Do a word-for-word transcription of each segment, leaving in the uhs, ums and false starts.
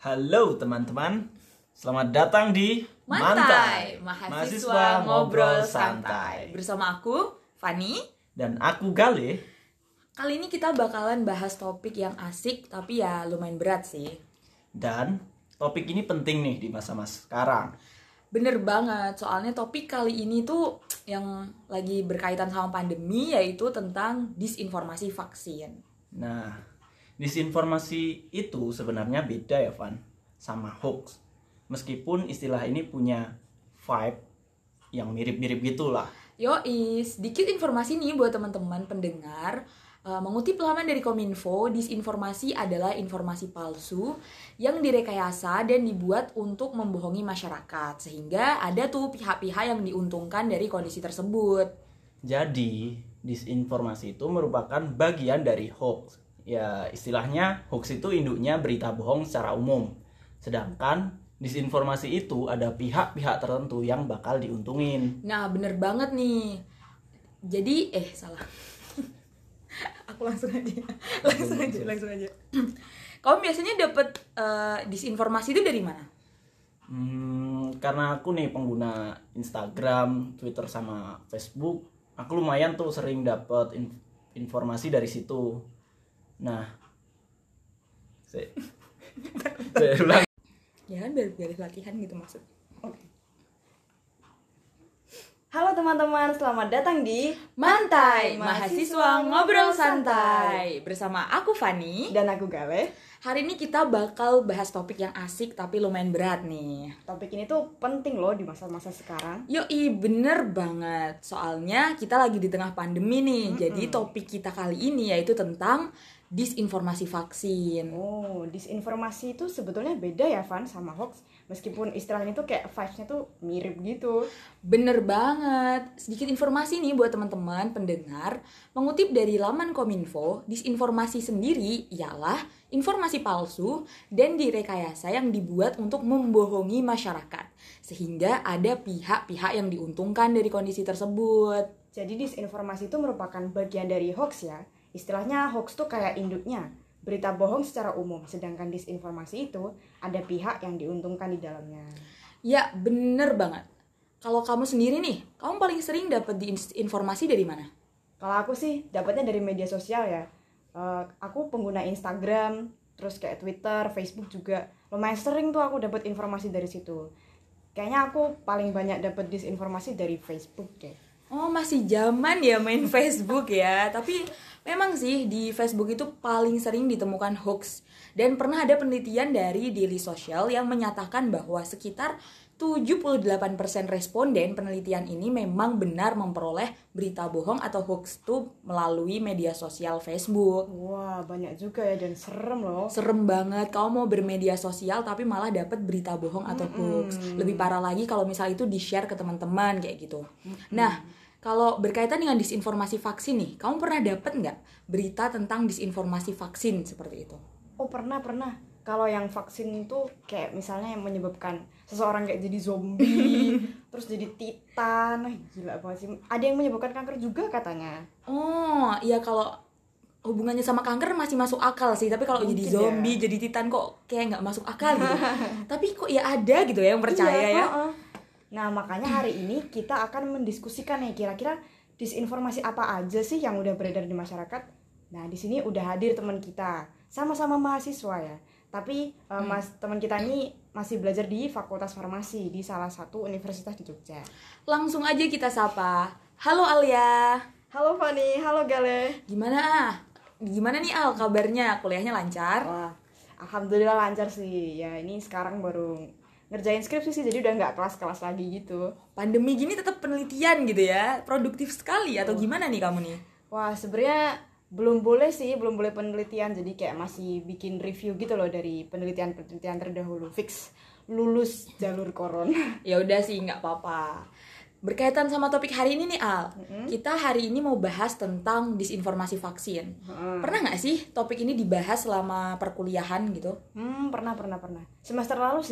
Halo teman-teman, selamat datang di Mantai, mahasiswa ngobrol santai. Bersama aku, Fani. Dan aku Gale. Kali ini kita bakalan bahas topik yang asik, tapi ya lumayan berat sih. Dan topik ini penting nih di masa-masa sekarang. Bener banget, soalnya topik kali ini tuh yang lagi berkaitan sama pandemi, yaitu tentang disinformasi vaksin. Nah, disinformasi itu sebenarnya beda ya Van, sama hoax. Meskipun istilah ini punya vibe yang mirip-mirip gitulah. Yoi, sedikit informasi nih buat teman-teman pendengar. Uh, mengutip laman dari Kominfo, disinformasi adalah informasi palsu yang direkayasa dan dibuat untuk membohongi masyarakat. Sehingga ada tuh pihak-pihak yang diuntungkan dari kondisi tersebut. Jadi, disinformasi itu merupakan bagian dari hoax. Ya, istilahnya hoax itu induknya berita bohong secara umum. Sedangkan disinformasi itu ada pihak-pihak tertentu yang bakal diuntungin. Nah, bener banget nih. Jadi, eh salah. Aku langsung aja. Langsung aja, langsung aja. Kamu biasanya dapet uh, disinformasi itu dari mana? Hmm, karena aku nih pengguna Instagram, Twitter sama Facebook, aku lumayan tuh sering dapet in- informasi dari situ. Nah, saya, saya ulang. Ya kan biar biar latihan gitu maksud. Oke. Halo teman-teman, selamat datang di Mantai, mahasiswa ngobrol santai. Bersama aku Fani dan aku Gale. Hari ini kita bakal bahas topik yang asik tapi lumayan berat nih. Topik ini tuh penting loh di masa-masa sekarang. Yoi, bener banget. Soalnya kita lagi di tengah pandemi nih. Mm-hmm. Jadi topik kita kali ini yaitu tentang disinformasi vaksin. Oh, disinformasi itu sebetulnya beda ya Van sama hoax. Meskipun istilahnya tuh kayak vibes-nya tuh mirip gitu. Bener banget. Sedikit informasi nih buat teman-teman pendengar. Mengutip dari laman Kominfo, disinformasi sendiri ialah informasi palsu dan direkayasa yang dibuat untuk membohongi masyarakat. Sehingga ada pihak-pihak yang diuntungkan dari kondisi tersebut. Jadi disinformasi itu merupakan bagian dari hoax ya. Istilahnya hoax tuh kayak induknya, berita bohong secara umum. Sedangkan disinformasi itu ada pihak yang diuntungkan di dalamnya. Ya, bener banget. Kalau kamu sendiri nih, kamu paling sering dapat informasi dari mana? Kalau aku sih dapatnya dari media sosial ya. Uh, aku pengguna Instagram, terus kayak Twitter, Facebook juga. Lumayan sering tuh aku dapat informasi dari situ. Kayaknya aku paling banyak dapat disinformasi dari Facebook deh. Oh, masih zaman ya main Facebook ya. Tapi memang sih di Facebook itu paling sering ditemukan hoax. Dan pernah ada penelitian dari Daily Social yang menyatakan bahwa sekitar tujuh puluh delapan persen responden penelitian ini memang benar memperoleh berita bohong atau hoax itu melalui media sosial Facebook. Wah, banyak juga ya dan serem loh. Serem banget, kamu mau bermedia sosial tapi malah dapat berita bohong atau hoax. Mm-hmm. Lebih parah lagi kalau misalnya itu di-share ke teman-teman kayak gitu. Mm-hmm. Nah, kalau berkaitan dengan disinformasi vaksin nih, kamu pernah dapat nggak berita tentang disinformasi vaksin seperti itu? Oh, pernah, pernah. Kalau yang vaksin itu kayak misalnya yang menyebabkan seseorang kayak jadi zombie, terus jadi titan, gila banget sih. Ada yang menyebabkan kanker juga katanya. Oh, iya kalau hubungannya sama kanker masih masuk akal sih, tapi kalau jadi zombie, ya. Jadi titan kok kayak nggak masuk akal gitu. Tapi kok ya ada gitu ya yang percaya iya, ya. Uh-uh. Nah, makanya hari ini kita akan mendiskusikan nih kira-kira disinformasi apa aja sih yang udah beredar di masyarakat. Nah, di sini udah hadir teman kita, sama-sama mahasiswa ya. Tapi uh, hmm. mas teman kita ini masih belajar di Fakultas Farmasi di salah satu universitas di Jogja. Langsung aja kita sapa. Halo Alia. Halo Fani, halo Gale. Gimana? Gimana nih Al kabarnya? Kuliahnya lancar? Wah, alhamdulillah lancar sih. Ya, ini sekarang baru ngerjain skripsi sih, jadi udah nggak kelas-kelas lagi gitu. Pandemi gini tetap penelitian gitu ya, produktif sekali atau gimana nih kamu nih? Wah, sebenarnya belum boleh sih, belum boleh penelitian, jadi kayak masih bikin review gitu loh dari penelitian-penelitian terdahulu. Fix lulus jalur koron. Ya udah sih, nggak apa-apa. Berkaitan sama topik hari ini nih Al, mm-hmm. kita hari ini mau bahas tentang disinformasi vaksin. Mm-hmm. Pernah nggak sih topik ini dibahas selama perkuliahan gitu? Hmm, pernah, pernah, pernah. Semester lalu sih.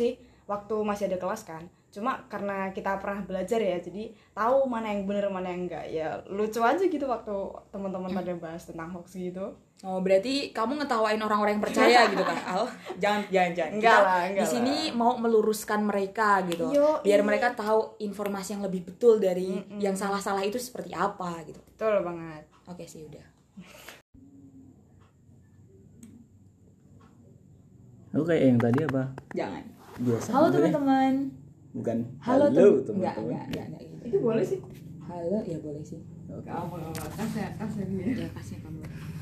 waktu masih ada kelas kan. Cuma karena kita pernah belajar ya, jadi tahu mana yang bener mana yang enggak. Ya lucu aja gitu waktu teman-teman pada bahas tentang hoax gitu. Oh, berarti kamu ngetawain orang-orang yang percaya gitu kan, Al? Jangan, jangan, jangan. Enggak Kita lah, enggak di sini lah. mau meluruskan mereka gitu. Yo, Biar iya. mereka tahu informasi yang lebih betul dari Mm-mm. yang salah-salah itu seperti apa gitu. Betul banget. Oke sih, udah. Oke, yang tadi apa? Jangan. Biasa. Halo aja. teman-teman. Bukan. Halo, Halo, tem- Enggak, teman-teman. enggak, enggak, enggak gitu. Itu boleh sih. Halo, ya boleh sih. Enggak apa-apa, kas ya, kas ya dia. Ya, kasih kamu.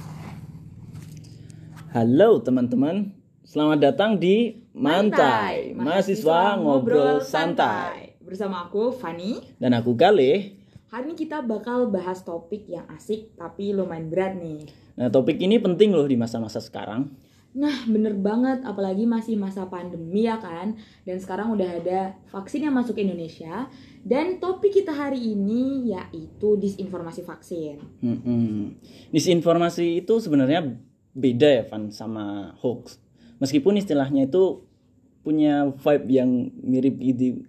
Halo teman-teman. Selamat datang di Mantai, mahasiswa ngobrol santai. Bersama aku Fani. Dan aku Gale. Hari ini kita bakal bahas topik yang asik tapi lumayan berat nih. Nah, topik ini penting loh di masa-masa sekarang. Nah, bener banget, apalagi masih masa pandemi ya kan. Dan sekarang udah ada vaksin yang masuk ke Indonesia. Dan topik kita hari ini yaitu disinformasi vaksin. Mm-mm. Disinformasi itu sebenarnya beda ya Van sama hoax. Meskipun istilahnya itu punya vibe yang mirip gitu.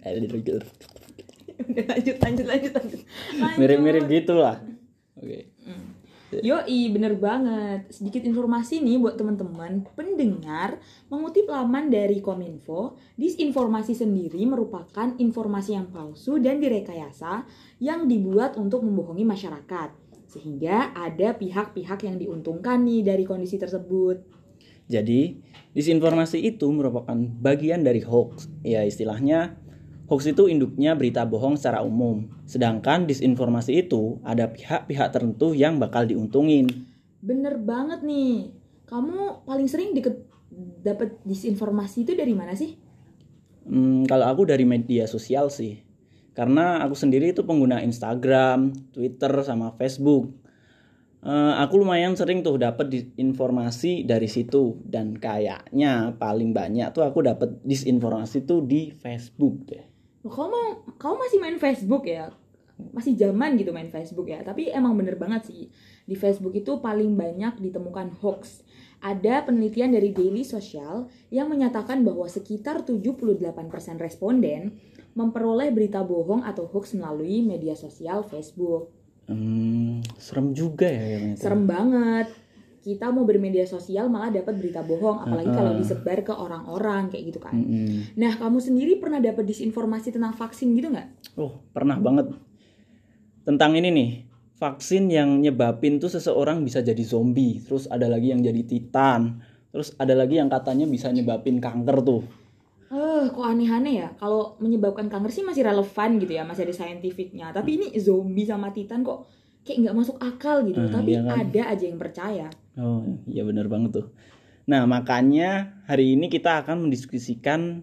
Udah lanjut, lanjut, lanjut, lanjut. Mirip-mirip gitu lah. Oke. Yoi, bener banget. Sedikit informasi nih buat teman-teman pendengar. Mengutip laman dari Kominfo, disinformasi sendiri merupakan informasi yang palsu dan direkayasa yang dibuat untuk membohongi masyarakat. Sehingga ada pihak-pihak yang diuntungkan nih dari kondisi tersebut. Jadi, disinformasi itu merupakan bagian dari hoax. Ya, istilahnya hoax itu induknya berita bohong secara umum. Sedangkan disinformasi itu ada pihak-pihak tertentu yang bakal diuntungin. Bener banget nih. Kamu paling sering deket dapat disinformasi itu dari mana sih? Hmm, kalau aku dari media sosial sih. Karena aku sendiri itu pengguna Instagram, Twitter, sama Facebook. Uh, aku lumayan sering tuh dapat informasi dari situ. Dan kayaknya paling banyak tuh aku dapat disinformasi tuh di Facebook deh. Kau mau, kau masih main Facebook ya? Masih zaman gitu main Facebook ya. Tapi emang bener banget sih. Di Facebook itu paling banyak ditemukan hoax. Ada penelitian dari Daily Social yang menyatakan bahwa sekitar tujuh puluh delapan persen responden memperoleh berita bohong atau hoax melalui media sosial Facebook. Hmm, serem juga ya yang itu. Serem banget. Kita mau bermedia sosial malah dapat berita bohong, apalagi Uh-uh. kalau disebar ke orang-orang kayak gitu kan. Mm-mm. Nah, kamu sendiri pernah dapat disinformasi tentang vaksin gitu nggak? Oh, pernah banget. Tentang ini nih, vaksin yang nyebabin tuh seseorang bisa jadi zombie. Terus ada lagi yang jadi titan. Terus ada lagi yang katanya bisa nyebabin kanker tuh. Eh, kok aneh-aneh ya? Kalau menyebabkan kanker sih masih relevan gitu ya, masih ada saintifiknya. Tapi ini zombie sama titan kok kayak nggak masuk akal gitu. Hmm, Tapi iya kan? ada aja yang percaya. Oh, iya benar banget tuh. Nah, makanya hari ini kita akan mendiskusikan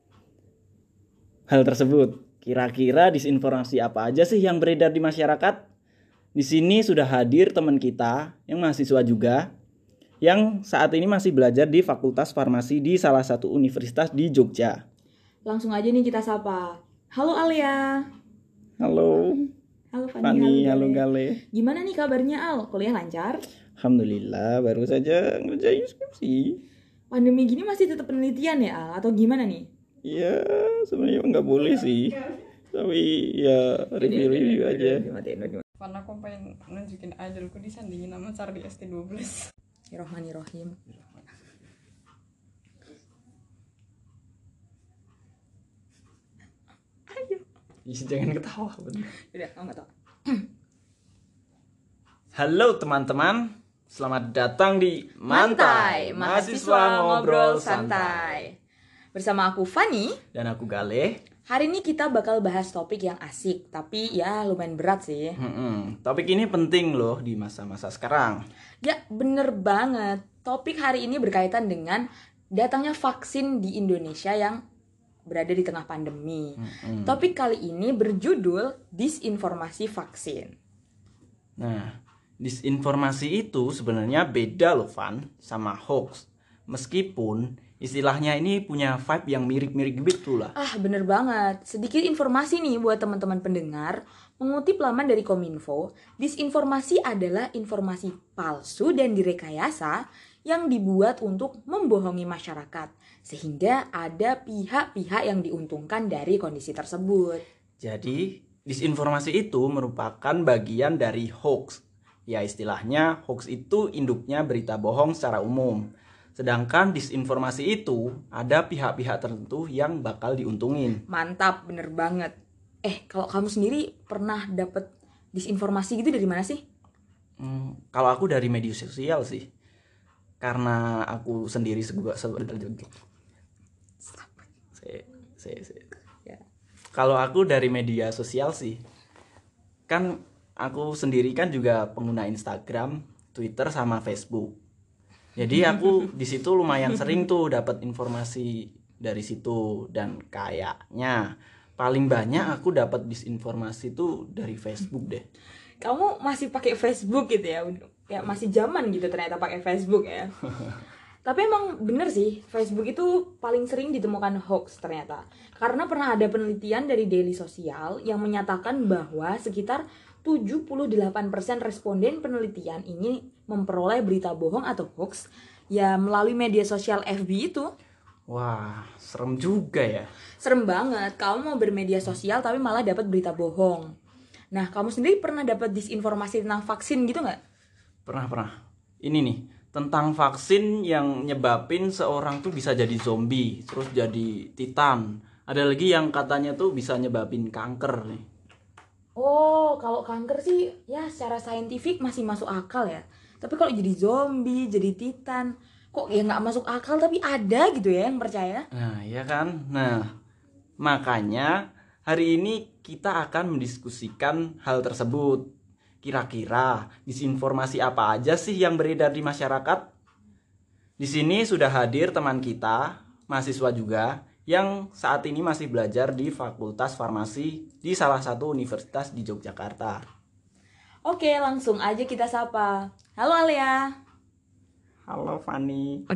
hal tersebut. Kira-kira disinformasi apa aja sih yang beredar di masyarakat? Di sini sudah hadir teman kita yang mahasiswa juga, yang saat ini masih belajar di Fakultas Farmasi di salah satu universitas di Jogja. Langsung aja nih kita sapa. Halo Alia. Halo, Halo Fani. Fani, halo Gale. Gale. Gimana nih kabarnya Al? Kuliah lancar? Alhamdulillah, baru saja ngerjain skripsi. Pandemi gini masih tetap penelitian ya Al? Atau gimana nih? Ya, sebenarnya nggak boleh sih. Tapi ya review-review aja. Karena aku pengen nunjukin idolku disandingin sama Charlie S T dua belas. Bismillahirrahmanirrahim. Ayo. Jangan ketawa, bener. Udah, kamu nggak tahu. Halo teman-teman, selamat datang di Mantai, mahasiswa ngobrol santai. Bersama aku Fani. Dan aku Gale. Hari ini kita bakal bahas topik yang asik, tapi ya lumayan berat sih. Hmm, topik ini penting loh di masa-masa sekarang. Ya bener banget. Topik hari ini berkaitan dengan datangnya vaksin di Indonesia yang berada di tengah pandemi. Hmm. Topik kali ini berjudul disinformasi vaksin. Nah, disinformasi itu sebenarnya beda loh Van sama hoax. Meskipun istilahnya ini punya vibe yang mirip-mirip gitu lah. Ah bener banget. Sedikit informasi nih buat teman-teman pendengar. Mengutip laman dari Kominfo, disinformasi adalah informasi palsu dan direkayasa yang dibuat untuk membohongi masyarakat, sehingga ada pihak-pihak yang diuntungkan dari kondisi tersebut. Jadi, disinformasi itu merupakan bagian dari hoax. Ya, istilahnya hoax itu induknya berita bohong secara umum. Sedangkan disinformasi itu ada pihak-pihak tertentu yang bakal diuntungin. Mantap, bener banget. Eh, kalau kamu sendiri pernah dapet disinformasi gitu dari mana sih? Hmm, kalau aku dari media sosial sih. Karena aku sendiri juga sebenarnya. Se, se, se. Ya. Kalau aku dari media sosial sih. Kan aku sendiri kan juga pengguna Instagram, Twitter sama Facebook. Jadi aku di situ lumayan sering tuh dapat informasi dari situ, dan kayaknya paling banyak aku dapat disinformasi tuh dari Facebook deh. Kamu masih pakai Facebook gitu ya? Ya masih zaman gitu ternyata pakai Facebook ya. Tapi emang bener sih, Facebook itu paling sering ditemukan hoax ternyata. Karena pernah ada penelitian dari Daily Social yang menyatakan bahwa sekitar tujuh puluh delapan persen responden penelitian ini memperoleh berita bohong atau hoax ya melalui media sosial F B itu. Wah, serem juga ya. Serem banget, kamu mau bermedia sosial tapi malah dapat berita bohong. Nah, kamu sendiri pernah dapat disinformasi tentang vaksin gitu nggak? Pernah, pernah. Ini nih, tentang vaksin yang nyebabin seorang tuh bisa jadi zombie, terus jadi titan. Ada lagi yang katanya tuh bisa nyebabin kanker nih. Oh, kalau kanker sih ya secara saintifik masih masuk akal ya. Tapi kalau jadi zombie, jadi titan, kok ya nggak masuk akal tapi ada gitu ya yang percaya. Nah, iya kan? Nah, makanya hari ini kita akan mendiskusikan hal tersebut. Kira-kira disinformasi apa aja sih yang beredar di masyarakat? Di sini sudah hadir teman kita, mahasiswa juga, yang saat ini masih belajar di Fakultas Farmasi di salah satu universitas di Yogyakarta. Oke, langsung aja kita sapa. Halo Alia. Halo Fani.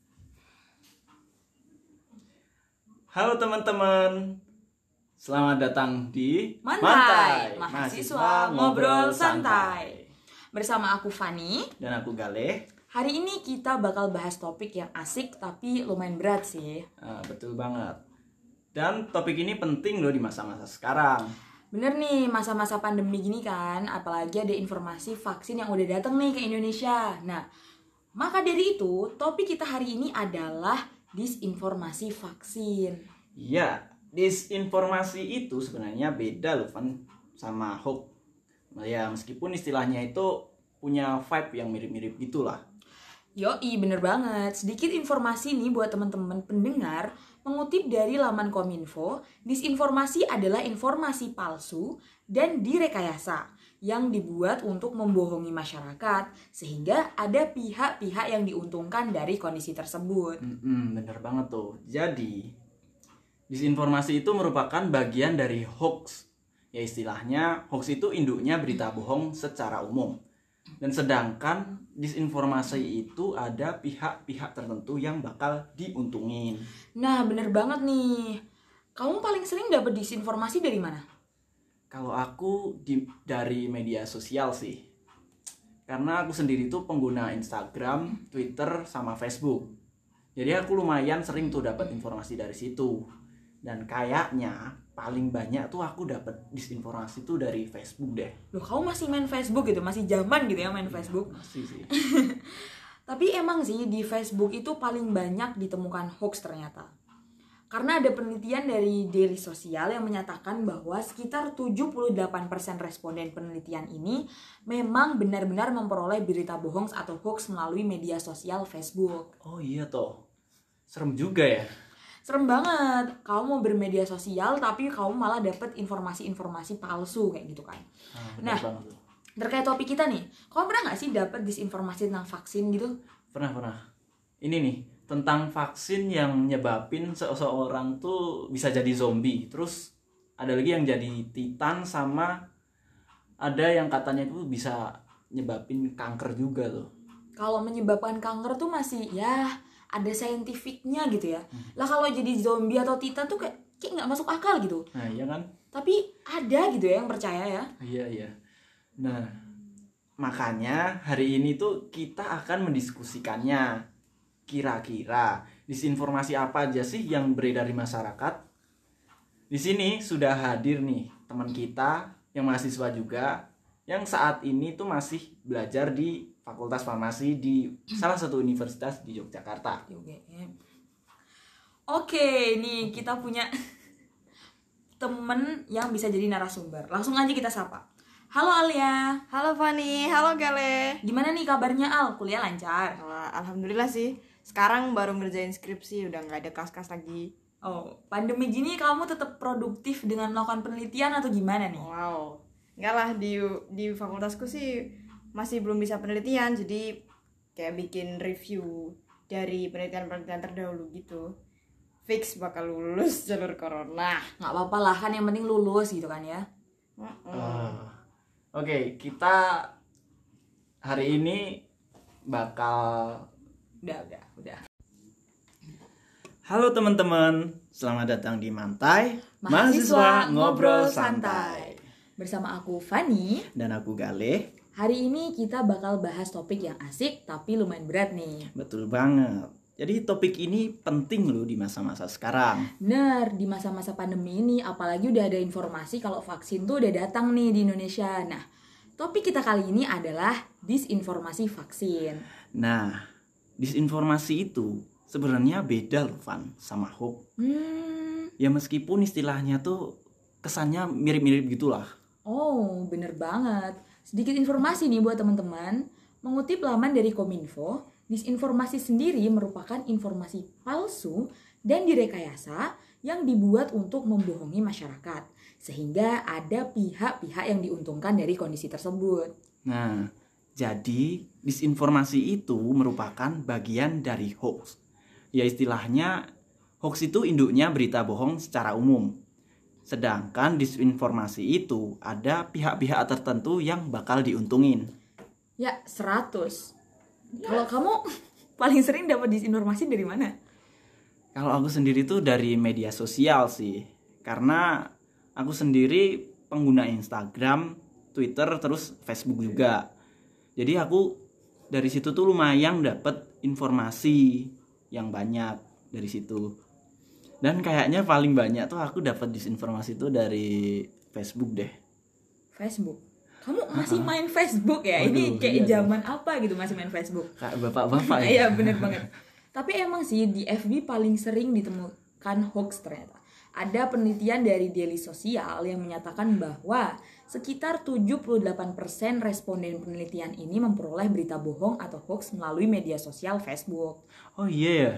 Halo teman-teman. Selamat datang di Mantai, mahasiswa ngobrol santai. Bersama aku Fani dan aku Galeh. Hari ini kita bakal bahas topik yang asik tapi lumayan berat sih. Nah, betul banget. Dan topik ini penting loh di masa-masa sekarang. Bener nih, masa-masa pandemi gini kan, apalagi ada informasi vaksin yang udah datang nih ke Indonesia. Nah, maka dari itu, topik kita hari ini adalah disinformasi vaksin. Iya, disinformasi itu sebenarnya beda loh Van sama hoax. Ya, meskipun istilahnya itu punya vibe yang mirip-mirip gitulah. Yoi, bener banget. Sedikit informasi nih buat teman-teman pendengar. Mengutip dari laman Kominfo, disinformasi adalah informasi palsu dan direkayasa yang dibuat untuk membohongi masyarakat sehingga ada pihak-pihak yang diuntungkan dari kondisi tersebut. Mm-mm, bener banget tuh. Jadi, disinformasi itu merupakan bagian dari hoax. Ya istilahnya, hoax itu induknya berita bohong secara umum. Dan sedangkan disinformasi itu ada pihak-pihak tertentu yang bakal diuntungin. Nah, bener banget nih. Kamu paling sering dapat disinformasi dari mana? Kalau aku di, dari media sosial sih. Karena aku sendiri tuh pengguna Instagram, Twitter, sama Facebook. Jadi aku lumayan sering tuh dapat informasi dari situ. Dan kayaknya paling banyak tuh aku dapat disinformasi tuh dari Facebook deh. Loh, kamu masih main Facebook gitu? Masih zaman gitu ya main Facebook? Masih sih. Tapi emang sih di Facebook itu paling banyak ditemukan hoax ternyata. Karena ada penelitian dari Daily Social yang menyatakan bahwa sekitar tujuh puluh delapan persen responden penelitian ini memang benar-benar memperoleh berita bohong atau hoax melalui media sosial Facebook. Oh iya toh. Serem juga ya. Serem banget, kamu mau bermedia sosial tapi kamu malah dapet informasi-informasi palsu kayak gitu kan. Nah, nah terkait topik kita nih, kamu pernah gak sih dapet disinformasi tentang vaksin gitu? Pernah, pernah. Ini nih, tentang vaksin yang nyebabin seseorang tuh bisa jadi zombie. Terus ada lagi yang jadi titan, sama ada yang katanya tuh bisa nyebabin kanker juga tuh. Kalau menyebabkan kanker tuh masih ya ada saintifiknya gitu ya. Hmm. Lah kalau jadi zombie atau titan tuh kayak kayak nggak masuk akal gitu. Nah iya kan. Tapi ada gitu ya yang percaya ya. Iya iya. Nah makanya hari ini tuh kita akan mendiskusikannya. Kira-kira disinformasi apa aja sih yang beredar di masyarakat? Di sini sudah hadir nih teman kita yang mahasiswa juga, yang saat ini tuh masih belajar di Fakultas Farmasi di salah satu universitas di Yogyakarta. U G M. Oke, nih kita punya temen yang bisa jadi narasumber. Langsung aja kita sapa. Halo Alia. Halo Fani, halo Gale. Gimana nih kabarnya Al? Kuliah lancar? Wah, alhamdulillah sih. Sekarang baru ngerjain skripsi, udah nggak ada kas-kas lagi. Oh, pandemi gini kamu tetap produktif dengan melakukan penelitian atau gimana nih? Wow, enggak lah, di di fakultasku sih masih belum bisa penelitian, jadi kayak bikin review dari penelitian-penelitian terdahulu gitu. Fix bakal lulus jalur corona. Nggak apa-apa lah, kan yang penting lulus gitu kan ya. Mm-mm. Uh, Oke, okay, kita hari ini bakal Udah, udah, udah. Halo teman-teman, selamat datang di Mantai Mahasiswa Ngobrol Santai. Bersama aku Fani dan aku Gale. Hari ini kita bakal bahas topik yang asik tapi lumayan berat nih. Betul banget. Jadi topik ini penting loh di masa-masa sekarang. Bener, di masa-masa pandemi ini apalagi udah ada informasi kalau vaksin tuh udah datang nih di Indonesia. Nah, topik kita kali ini adalah disinformasi vaksin. Nah, disinformasi itu sebenarnya beda loh Van sama hoax. Hmm. Ya meskipun istilahnya tuh kesannya mirip-mirip gitulah. Oh, bener banget. Sedikit informasi nih buat teman-teman. Mengutip laman dari Kominfo, disinformasi sendiri merupakan informasi palsu dan direkayasa yang dibuat untuk membohongi masyarakat, sehingga ada pihak-pihak yang diuntungkan dari kondisi tersebut. Nah, jadi disinformasi itu merupakan bagian dari hoax. Ya istilahnya hoax itu induknya berita bohong secara umum. Sedangkan disinformasi itu ada pihak-pihak tertentu yang bakal diuntungin. Ya, seratus. Kalau kamu paling sering dapat disinformasi dari mana? Kalau aku sendiri tuh dari media sosial sih. Karena aku sendiri pengguna Instagram, Twitter, terus Facebook juga. Jadi aku dari situ tuh lumayan dapat informasi yang banyak dari situ. Dan kayaknya paling banyak tuh aku dapat disinformasi tuh dari Facebook deh. Facebook. Kamu masih main Facebook ya? Waduh, Ini kayak iya zaman apa gitu masih main Facebook? Kayak bapak-bapak ya. Iya, bener banget. Tapi emang sih di F B paling sering ditemukan hoax ternyata. Ada penelitian dari Daily Social yang menyatakan bahwa sekitar tujuh puluh delapan persen responden penelitian ini memperoleh berita bohong atau hoax melalui media sosial Facebook. Oh iya ya.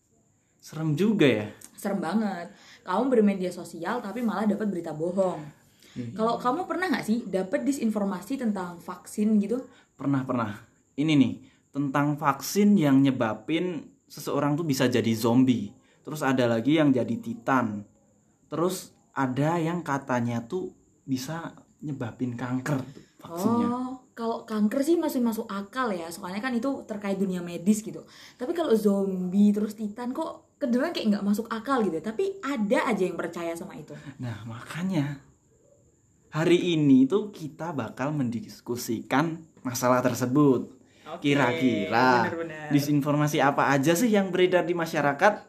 Serem juga ya. Serem banget. Kamu bermedia sosial tapi malah dapat berita bohong. Hmm. Kalau kamu pernah nggak sih dapat disinformasi tentang vaksin gitu? Pernah pernah. Ini nih tentang vaksin yang nyebabin seseorang tuh bisa jadi zombie. Terus ada lagi yang jadi titan. Terus ada yang katanya tuh bisa nyebabin kanker vaksinnya. Oh, kalau kanker sih masih masuk akal ya. Soalnya kan itu terkait dunia medis gitu. Tapi kalau zombie terus titan kok kedengeran kayak nggak masuk akal gitu. Tapi ada aja yang percaya sama itu. Nah makanya hari ini tuh kita bakal mendiskusikan masalah tersebut. Oke, kira-kira bener-bener. disinformasi apa aja sih yang beredar di masyarakat?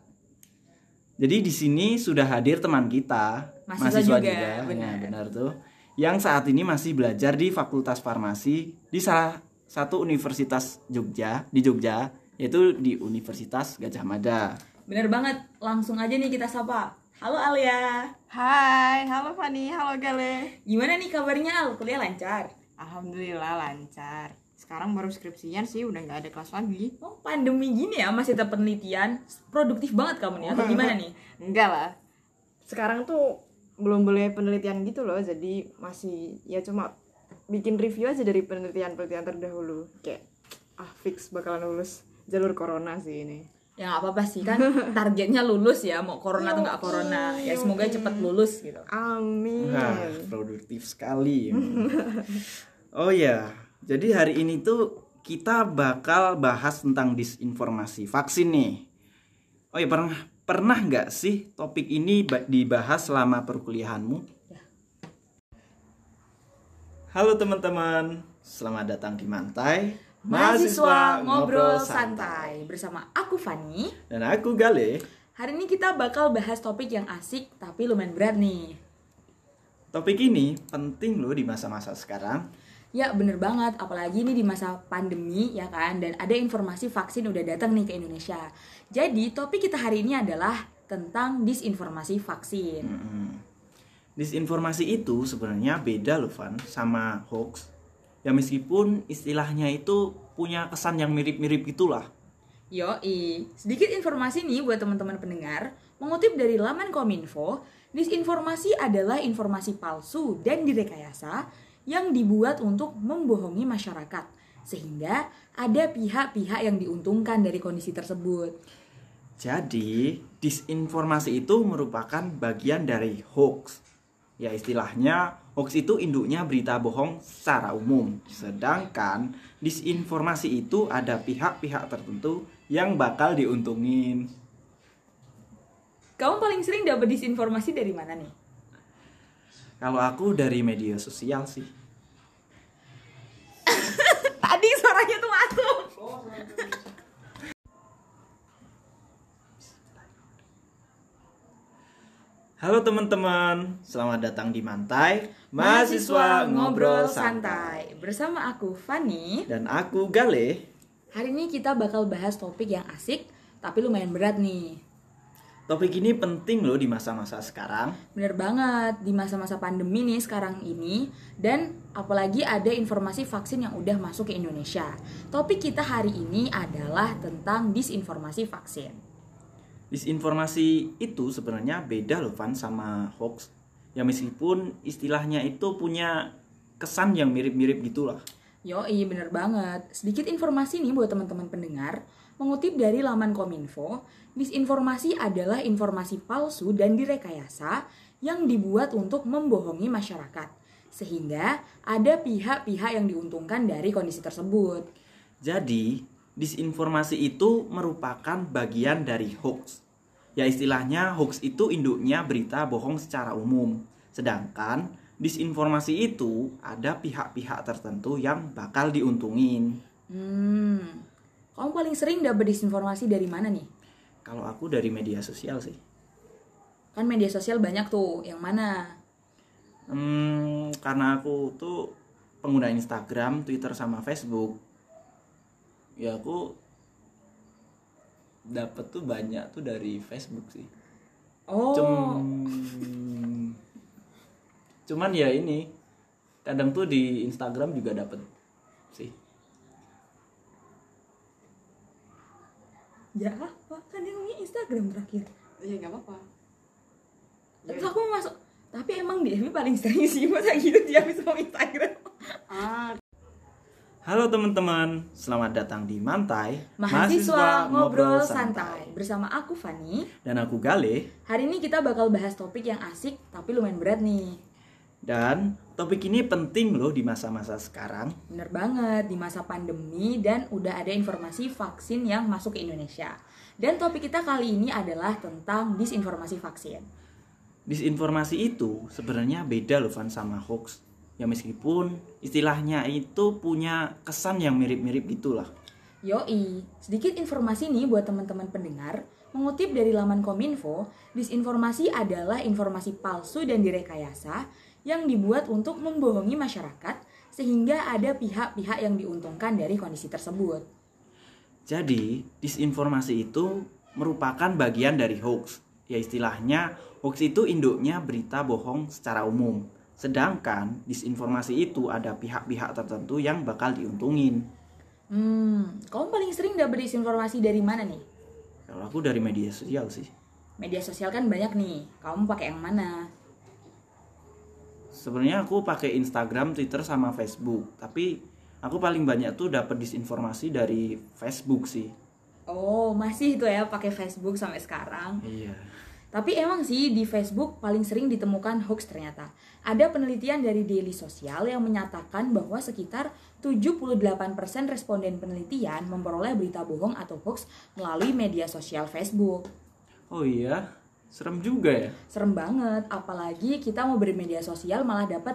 Jadi di sini sudah hadir teman kita, mahasiswa, mahasiswa juga, juga. Benar. Ya, benar tuh, yang saat ini masih belajar di Fakultas Farmasi di salah satu universitas Jogja, di Jogja, yaitu di Universitas Gadjah Mada. Bener banget, langsung aja nih kita sapa. Halo Alia. Hai, halo Fani, halo Gale. Gimana nih kabarnya Al? Kuliah lancar? Alhamdulillah lancar. Sekarang baru skripsian sih, udah nggak ada kelas lagi. Oh, pandemi gini ya masih tetap penelitian. Produktif banget kamu nih, atau gimana nih? Enggak lah. Sekarang tuh belum boleh penelitian gitu loh, jadi masih ya cuma bikin review aja dari penelitian-penelitian terdahulu. Kayak ah fix bakalan lulus jalur corona sih ini. Ya nggak apa-apa sih, kan targetnya lulus ya, mau corona atau nggak corona. Ya semoga cepet lulus gitu. Amin. Wah, produktif sekali. Oh ya, jadi hari ini tuh kita bakal bahas tentang disinformasi vaksin nih. Oh ya, pernah pernah nggak sih topik ini dibahas selama perkuliahanmu? Ya. Halo teman-teman, Selamat datang di Mantai Mahasiswa Ngobrol Santai. Bersama aku Fani dan aku Gale. Hari ini kita bakal bahas topik yang asik tapi lumayan berat nih. Topik ini penting loh di masa-masa sekarang. Ya bener banget, apalagi ini di masa pandemi ya kan. Dan ada informasi vaksin udah datang nih ke Indonesia. Jadi topik kita hari ini adalah tentang disinformasi vaksin. Hmm. Disinformasi itu sebenarnya beda loh Van sama hoax. Ya meskipun istilahnya itu punya kesan yang mirip-mirip gitulah. Yoi, sedikit informasi nih buat teman-teman pendengar. Mengutip dari laman Kominfo, disinformasi adalah informasi palsu dan direkayasa yang dibuat untuk membohongi masyarakat. Sehingga ada pihak-pihak yang diuntungkan dari kondisi tersebut. Jadi, disinformasi itu merupakan bagian dari hoax. Ya istilahnya, hoax itu induknya berita bohong secara umum. Sedangkan disinformasi itu ada pihak-pihak tertentu yang bakal diuntungin. Kamu paling sering dapat disinformasi dari mana nih? Kalau aku dari media sosial sih. Tadi suaranya tuh masuk. Halo teman-teman, selamat datang di Mantai Mahasiswa Ngobrol Santai. Bersama aku Fani dan aku Gale. Hari ini kita bakal bahas topik yang asik tapi lumayan berat nih. Topik ini penting loh di masa-masa sekarang. Bener banget, di masa-masa pandemi nih sekarang ini. Dan apalagi ada informasi vaksin yang udah masuk ke Indonesia. Topik kita hari ini adalah tentang disinformasi vaksin. Disinformasi itu sebenarnya beda loh Van sama hoax. Ya meskipun istilahnya itu punya kesan yang mirip-mirip gitulah. Yoi, bener banget. Sedikit informasi nih buat teman-teman pendengar. Mengutip dari laman Kominfo, disinformasi adalah informasi palsu dan direkayasa yang dibuat untuk membohongi masyarakat. Sehingga ada pihak-pihak yang diuntungkan dari kondisi tersebut. Jadi, disinformasi itu merupakan bagian dari hoax. Ya istilahnya hoax itu induknya berita bohong secara umum. Sedangkan disinformasi itu ada pihak-pihak tertentu yang bakal diuntungin. Hmm, kamu paling sering dapat disinformasi dari mana nih? Kalau aku dari media sosial sih. Kan media sosial banyak tuh, yang mana? Hmm, karena aku tuh pengguna Instagram, Twitter, sama Facebook. Ya aku dapat tuh banyak tuh dari Facebook sih. Oh. Cum... Cuman ya ini kadang tuh di Instagram juga dapat sih. Ya apa? Kan dia ngomongnya Instagram terakhir. Iya nggak apa-apa. Terus aku mau masuk. Tapi emang di F B paling sering sih masa gitu dia habis ngomong Instagram. Ah. Halo teman-teman, selamat datang di Mantai Mahasiswa Ngobrol Santai. Bersama aku Fani dan aku Gale. Hari ini kita bakal bahas topik yang asik tapi lumayan berat nih. Dan topik ini penting loh di masa-masa sekarang. Bener banget, di masa pandemi dan udah ada informasi vaksin yang masuk ke Indonesia. Dan topik kita kali ini adalah tentang disinformasi vaksin. Disinformasi itu sebenarnya beda loh Van sama hoax. Ya meskipun istilahnya itu punya kesan yang mirip-mirip gitulah. Yoi, sedikit informasi nih buat teman-teman pendengar. Mengutip dari laman Kominfo, disinformasi adalah informasi palsu dan direkayasa yang dibuat untuk membohongi masyarakat sehingga ada pihak-pihak yang diuntungkan dari kondisi tersebut. Jadi, disinformasi itu merupakan bagian dari hoax. Ya istilahnya, hoax itu induknya berita bohong secara umum. Sedangkan disinformasi itu ada pihak-pihak tertentu yang bakal diuntungin. Hmm, kamu paling sering dapat disinformasi dari mana nih? Kalau aku dari media sosial sih. Media sosial kan banyak nih. Kamu pakai yang mana? Sebenarnya aku pakai Instagram, Twitter, sama Facebook. Tapi aku paling banyak tuh dapat disinformasi dari Facebook sih. Oh, masih itu ya pakai Facebook sampai sekarang. Iya. Tapi emang sih di Facebook paling sering ditemukan hoax ternyata. Ada penelitian dari Daily Social yang menyatakan bahwa sekitar tujuh puluh delapan persen responden penelitian memperoleh berita bohong atau hoax melalui media sosial Facebook. Oh iya, serem juga ya. Serem banget, apalagi kita mau bermedia sosial malah dapat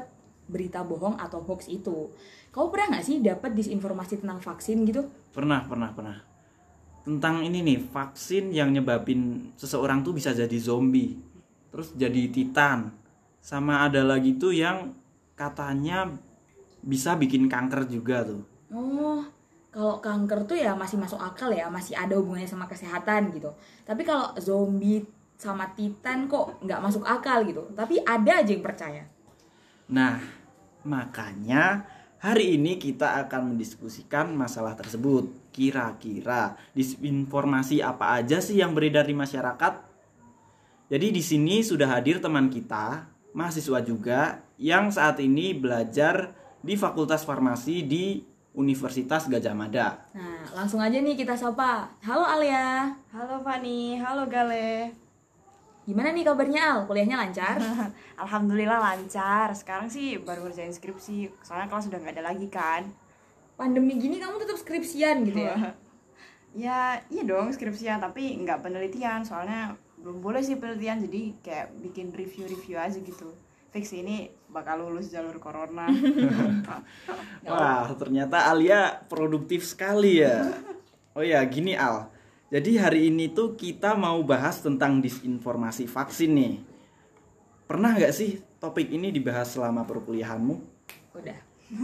berita bohong atau hoax itu. Kau pernah nggak sih dapat disinformasi tentang vaksin gitu? Pernah, pernah, pernah. Tentang ini nih, vaksin yang nyebabin seseorang tuh bisa jadi zombie, terus jadi titan. Sama ada lagi tuh yang katanya bisa bikin kanker juga tuh. Oh, kalau kanker tuh ya masih masuk akal ya, masih ada hubungannya sama kesehatan gitu. Tapi kalau zombie sama titan kok nggak masuk akal gitu. Tapi ada aja yang percaya. Nah, makanya hari ini kita akan mendiskusikan masalah tersebut. Kira-kira disinformasi apa aja sih yang beredar di masyarakat? Jadi di sini sudah hadir teman kita, mahasiswa juga, yang saat ini belajar di Fakultas Farmasi di Universitas Gadjah Mada. Nah, langsung aja nih kita sapa. Halo Alia. Halo Fani, halo Gale. Gimana nih kabarnya Al? Kuliahnya lancar? Alhamdulillah lancar. Sekarang sih baru ngerjain skripsi, soalnya kelas sudah nggak ada lagi kan. Pandemi gini kamu tetap skripsian gitu ya? Ya iya dong skripsian, tapi nggak penelitian, soalnya belum boleh sih penelitian, jadi kayak bikin review-review aja gitu. Fix ini bakal lulus jalur corona. Wah, ternyata Alia produktif sekali ya. Oh ya, gini Al. Jadi hari ini tuh kita mau bahas tentang disinformasi vaksin nih. Pernah nggak sih topik ini dibahas selama perkuliahanmu? Udah.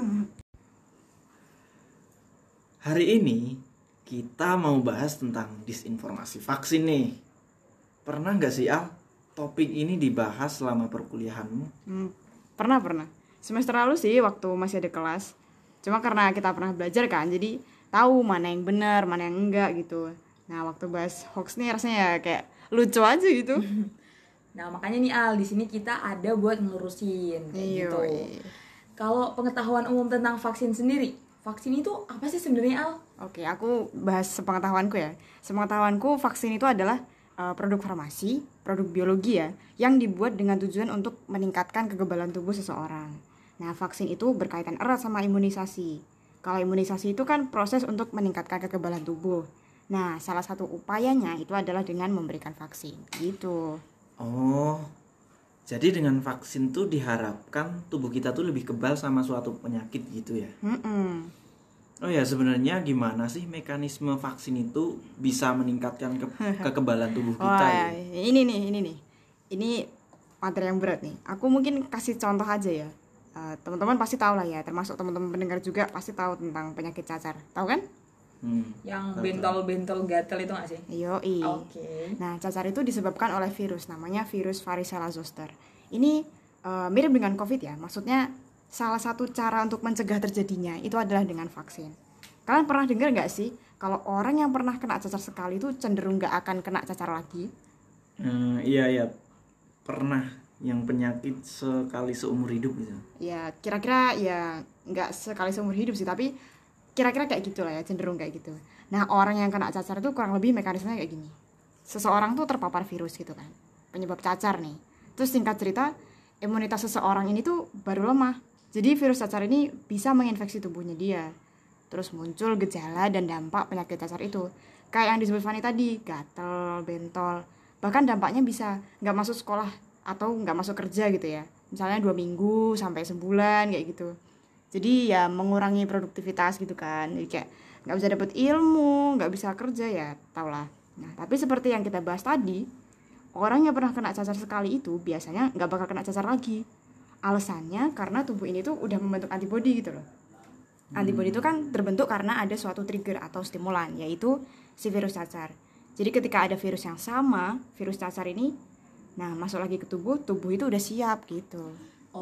Hari ini kita mau bahas tentang disinformasi vaksin nih. Pernah nggak sih Al topik ini dibahas selama perkuliahanmu? Hmm, pernah pernah. Semester lalu sih waktu masih ada kelas. Cuma karena kita pernah belajar kan, jadi tahu mana yang benar, mana yang enggak gitu. Nah waktu bahas hoax nih rasanya ya kayak lucu aja gitu. Nah makanya nih Al, di sini kita ada buat ngelurusin kayak Iyo, gitu. iya. Kalau pengetahuan umum tentang vaksin sendiri, vaksin itu apa sih sebenarnya Al? Oke, aku bahas sepengetahuanku ya. Sepengetahuanku vaksin itu adalah uh, produk farmasi, produk biologi ya, yang dibuat dengan tujuan untuk meningkatkan kekebalan tubuh seseorang. Nah vaksin itu berkaitan erat sama imunisasi. Kalau imunisasi itu kan proses untuk meningkatkan kekebalan tubuh. Nah, salah satu upayanya itu adalah dengan memberikan vaksin, gitu. Oh, jadi dengan vaksin tuh diharapkan tubuh kita tuh lebih kebal sama suatu penyakit gitu ya? Mm-mm. Oh ya, sebenarnya gimana sih mekanisme vaksin itu bisa meningkatkan ke kekebalan tubuh kita Wah, ya? ini nih, ini nih. Ini materi yang berat nih. Aku mungkin kasih contoh aja ya. Uh, teman-teman pasti tahu lah ya, termasuk teman-teman pendengar juga pasti tahu tentang penyakit cacar. Tahu kan? Hmm, Yang betul. bentol-bentol gatel itu nggak sih? Yoi. Oke. Nah, cacar itu disebabkan oleh virus, namanya virus varicella zoster. Ini uh, mirip dengan COVID ya, maksudnya salah satu cara untuk mencegah terjadinya itu adalah dengan vaksin. Kalian pernah dengar nggak sih, kalau orang yang pernah kena cacar sekali itu cenderung nggak akan kena cacar lagi? Hmm, iya iya, pernah yang penyakit sekali seumur hidup gitu. Ya, kira-kira ya nggak sekali seumur hidup sih, tapi kira-kira kayak gitulah ya, cenderung kayak gitu. Nah, orang yang kena cacar itu kurang lebih mekanismenya kayak gini. Seseorang tuh terpapar virus gitu kan, penyebab cacar nih. Terus singkat cerita, imunitas seseorang ini tuh baru lemah. Jadi virus cacar ini bisa menginfeksi tubuhnya dia. Terus muncul gejala dan dampak penyakit cacar itu. Kayak yang disebut Fanny tadi, gatel, bentol. Bahkan dampaknya bisa nggak masuk sekolah atau nggak masuk kerja gitu ya. Misalnya dua minggu sampai sebulan kayak gitu. Jadi ya mengurangi produktivitas gitu kan. Jadi kayak nggak bisa dapet ilmu, nggak bisa kerja ya, tau lah. Nah tapi seperti yang kita bahas tadi, orang yang pernah kena cacar sekali itu biasanya nggak bakal kena cacar lagi. Alasannya karena tubuh ini tuh udah membentuk antibodi gitu loh. Antibodi itu kan terbentuk karena ada suatu trigger atau stimulan, yaitu si virus cacar. Jadi ketika ada virus yang sama, virus cacar ini, nah masuk lagi ke tubuh, tubuh itu udah siap gitu.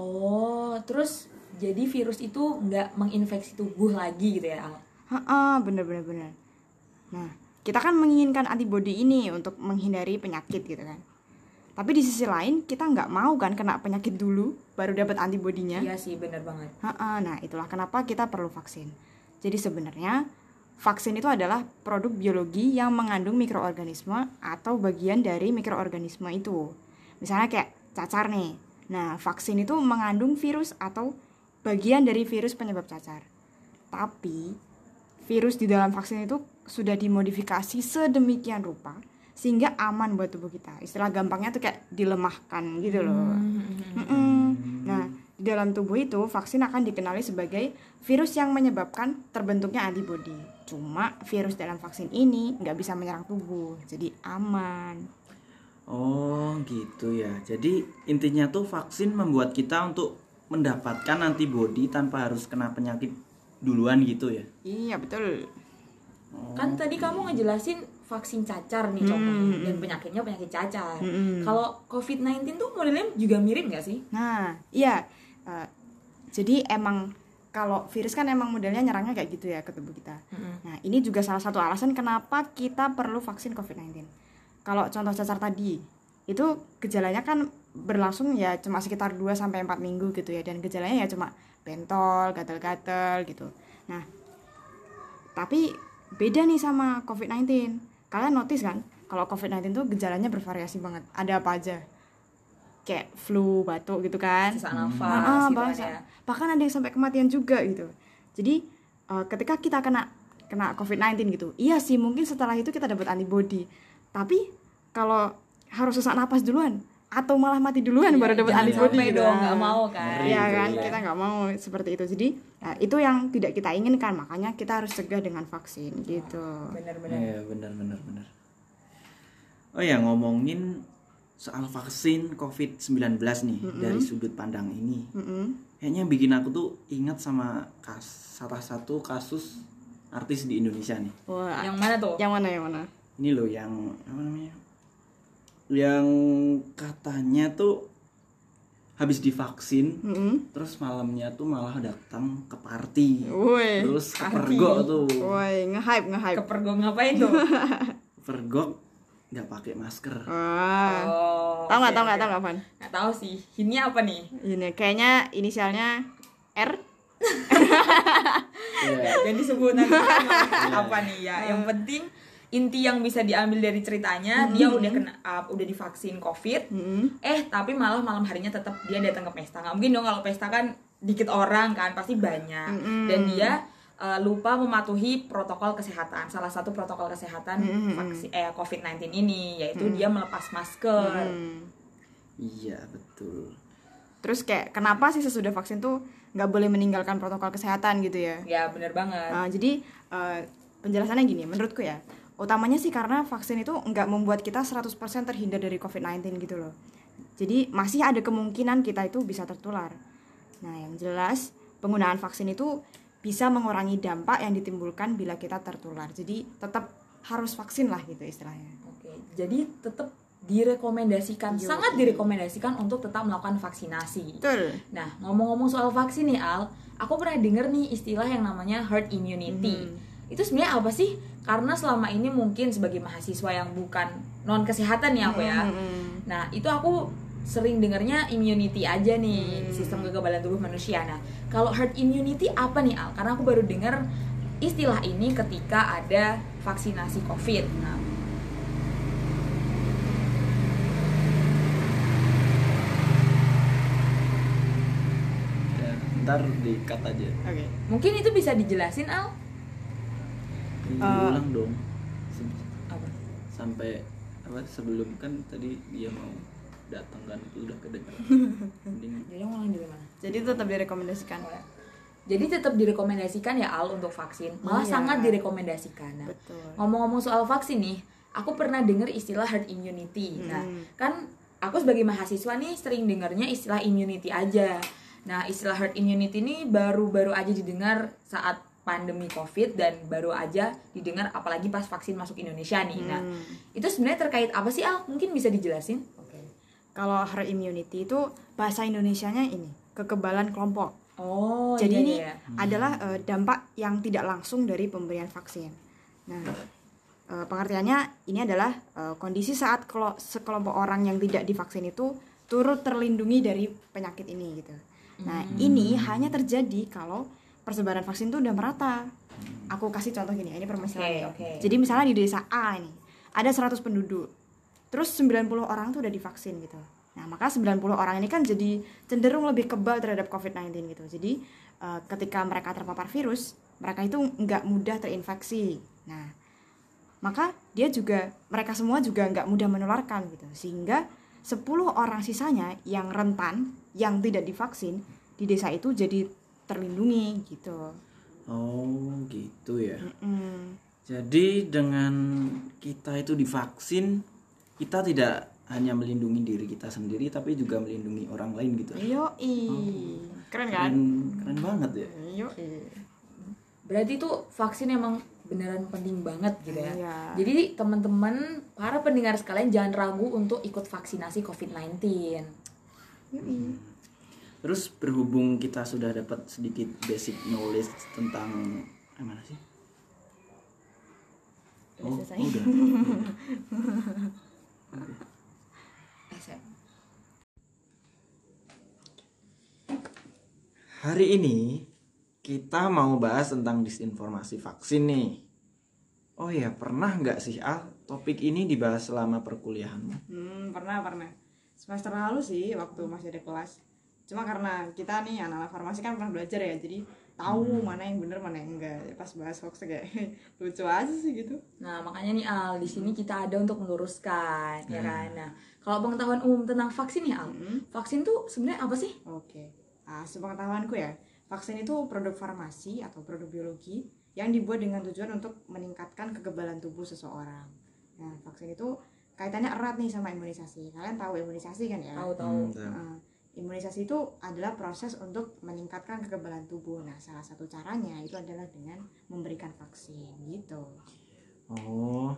Oh, terus jadi virus itu nggak menginfeksi tubuh lagi gitu ya Al? Heeh, bener-bener bener. Nah, kita kan menginginkan antibodi ini untuk menghindari penyakit gitu kan. Tapi di sisi lain kita nggak mau kan kena penyakit dulu baru dapat antibodinya. Iya sih, benar banget. Heeh, nah itulah kenapa kita perlu vaksin. Jadi sebenarnya vaksin itu adalah produk biologi yang mengandung mikroorganisme atau bagian dari mikroorganisme itu. Misalnya kayak cacar nih. Nah, vaksin itu mengandung virus atau bagian dari virus penyebab cacar. Tapi virus di dalam vaksin itu sudah dimodifikasi sedemikian rupa sehingga aman buat tubuh kita. Istilah gampangnya tuh kayak dilemahkan gitu loh. Hmm. Mm-mm. Nah, di dalam tubuh itu vaksin akan dikenali sebagai virus yang menyebabkan terbentuknya antibodi. Cuma virus dalam vaksin ini nggak bisa menyerang tubuh, jadi aman. Oh gitu ya. Jadi intinya tuh vaksin membuat kita untuk mendapatkan antibodi tanpa harus kena penyakit duluan gitu ya. Iya betul. Kan tadi kamu ngejelasin vaksin cacar nih contohnya, dan penyakitnya penyakit cacar. Mm-mm. Kalau covid sembilan belas tuh modelnya juga mirip nggak sih? Nah, iya. Uh, jadi emang kalau virus kan emang modelnya nyerangnya kayak gitu ya ke tubuh kita. Mm-mm. Nah, ini juga salah satu alasan kenapa kita perlu vaksin covid sembilan belas. Kalau contoh cacar tadi, itu gejalanya kan berlangsung ya cuma sekitar dua sampai empat minggu gitu ya, dan gejalanya ya cuma bentol, gatal-gatal gitu. Nah, tapi beda nih sama covid sembilan belas. Kalian notice kan, kalau covid sembilan belas tuh gejalanya bervariasi banget. Ada apa aja? Kayak flu, batuk gitu kan. Sesak nafas Nah, gitu kan bahasa. ya. Bahkan ada yang sampai kematian juga gitu. Jadi uh, ketika kita kena kena covid sembilan belas gitu, iya sih mungkin setelah itu kita dapat antibodi. Tapi kalau harus sesak napas duluan atau malah mati duluan Iya, baru dapat jangan antibodi sampai gitu. dong, nggak mau kan. Ngeri Iya gitu kan, ya. kita nggak mau seperti itu. Jadi nah, itu yang tidak kita inginkan, makanya kita harus cegah dengan vaksin gitu. Bener-bener. Iya benar benar benar. Oh ya, ngomongin soal vaksin covid sembilan belas nih, Mm-mm. dari sudut pandang ini, Mm-mm. kayaknya bikin aku tuh ingat sama kas, salah satu kasus artis di Indonesia nih. Wah, Yang mana tuh? yang mana yang mana? Ini loh yang apa namanya? Yang katanya tuh habis divaksin, Mm-mm. terus malamnya tuh malah datang ke party, Woi, terus party. kepergok tuh, woi, nge-hype nge-hype. Kepergok ngapain tuh? kepergok nggak pakai masker. Wah, Oh. tahu nggak oke, tahu nggak oke. tahu nggak Van? Nggak tahu sih. Ini apa nih? Ini kayaknya inisialnya R. Iya. Yang disebut nanti apa nih ya? Yang penting inti yang bisa diambil dari ceritanya, dia udah kena uh, udah divaksin COVID. Mm-mm. Eh, tapi malah malam harinya tetap dia datang ke pesta. Nggak mungkin dong kalau pesta kan dikit orang kan, pasti banyak. Mm-mm. Dan dia uh, lupa mematuhi protokol kesehatan. Salah satu protokol kesehatan Mm-mm. vaksin eh covid sembilan belas ini yaitu dia melepas masker. Hmm. Iya betul. Terus kayak kenapa sih sesudah vaksin tuh nggak boleh meninggalkan protokol kesehatan gitu ya? Ya, bener banget. Nah, jadi uh, penjelasannya gini, menurutku ya, utamanya sih karena vaksin itu nggak membuat kita seratus persen terhindar dari covid sembilan belas gitu loh. Jadi masih ada kemungkinan kita itu bisa tertular. Nah, yang jelas penggunaan vaksin itu bisa mengurangi dampak yang ditimbulkan bila kita tertular. Jadi tetap harus vaksin lah gitu istilahnya. Oke, jadi tetap direkomendasikan, Yo. sangat direkomendasikan untuk tetap melakukan vaksinasi. Betul. Nah, ngomong-ngomong soal vaksin nih Al, aku pernah denger nih istilah yang namanya herd immunity. Mhm. Itu sebenarnya apa sih? Karena selama ini mungkin sebagai mahasiswa yang bukan non kesehatan nih aku ya. Mhm. Nah, itu aku sering dengernya immunity aja nih, Hmm. sistem kekebalan tubuh manusia. Nah, kalau herd immunity apa nih Al? Karena aku baru denger istilah ini ketika ada vaksinasi COVID. Nah, Ya, ntar di-cut aja. Oke. mungkin itu bisa dijelasin Al? Diulang dong. Se- Apa? Sampai apa sebelum kan tadi dia mau datang kan itu udah kedengeran. Mending Jadi ngulang dari mana? Jadi tetap direkomendasikan. Jadi tetap direkomendasikan ya Al untuk vaksin. Malah Iya. sangat direkomendasikan. Nah, Betul. ngomong-ngomong soal vaksin nih, aku pernah dengar istilah herd immunity. Nah, Hmm. kan aku sebagai mahasiswa nih sering dengarnya istilah immunity aja. Nah, istilah herd immunity ini baru-baru aja didengar saat pandemi COVID dan baru aja didengar apalagi pas vaksin masuk Indonesia nih. Nah, Hmm. itu sebenarnya terkait apa sih Al? Mungkin bisa dijelasin? Kalau herd immunity itu bahasa Indonesianya ini, kekebalan kelompok. Oh, Jadi iya, ini iya. adalah eh, dampak yang tidak langsung dari pemberian vaksin. Nah, eh, pengertiannya ini adalah eh, kondisi saat kelo- sekelompok orang yang tidak divaksin itu turut terlindungi dari penyakit ini gitu. Nah, ini hanya terjadi kalau persebaran vaksin itu udah merata. Aku kasih contoh gini, ini permasalahannya. Oke, oke. Jadi misalnya di desa A ini ada seratus penduduk. Terus sembilan puluh orang tuh udah divaksin gitu. Nah, maka sembilan puluh orang ini kan jadi cenderung lebih kebal terhadap covid sembilan belas gitu. Jadi uh, ketika mereka terpapar virus, mereka itu nggak mudah terinfeksi. Nah, maka dia juga, mereka semua juga nggak mudah menularkan gitu. Sehingga sepuluh orang sisanya yang rentan, yang tidak divaksin, di desa itu jadi terlindungi gitu. Oh gitu ya. Mm. Jadi dengan kita itu divaksin, kita tidak hanya melindungi diri kita sendiri, tapi juga melindungi orang lain gitu. Yoi. Keren kan? Keren, keren banget ya. Yoi. Berarti tuh vaksin emang beneran penting banget gitu ya. Iya. Jadi teman-teman, para pendengar sekalian jangan ragu untuk ikut vaksinasi covid sembilan belas. Yoi. Terus berhubung kita sudah dapat sedikit basic knowledge tentang eh, mana sih? Oh, Udah selesai. udah. S M. Hari ini kita mau bahas tentang disinformasi vaksin nih. Oh ya, pernah nggak sih Al topik ini dibahas selama perkuliahanmu? Hmm, pernah pernah. Semester lalu sih waktu masih ada kelas. Cuma karena kita nih anak-anak farmasi kan pernah belajar ya, jadi tahu mana yang bener mana yang enggak. Pas bahas hoax kayak lucu aja sih gitu. Nah, makanya nih Al, di sini kita ada untuk meluruskan, ya kan. Nah, kalau pengetahuan umum tentang vaksin ya Al, vaksin tuh sebenarnya apa sih? Oke. Ah, sepengetahuanku ya, vaksin itu produk farmasi atau produk biologi yang dibuat dengan tujuan untuk meningkatkan kekebalan tubuh seseorang. Nah, vaksin itu kaitannya erat nih sama imunisasi. Kalian tahu imunisasi kan ya? Tahu-tahu. Hmm, Nah, imunisasi itu adalah proses untuk meningkatkan kekebalan tubuh. Nah, salah satu caranya itu adalah dengan memberikan vaksin gitu. Oh,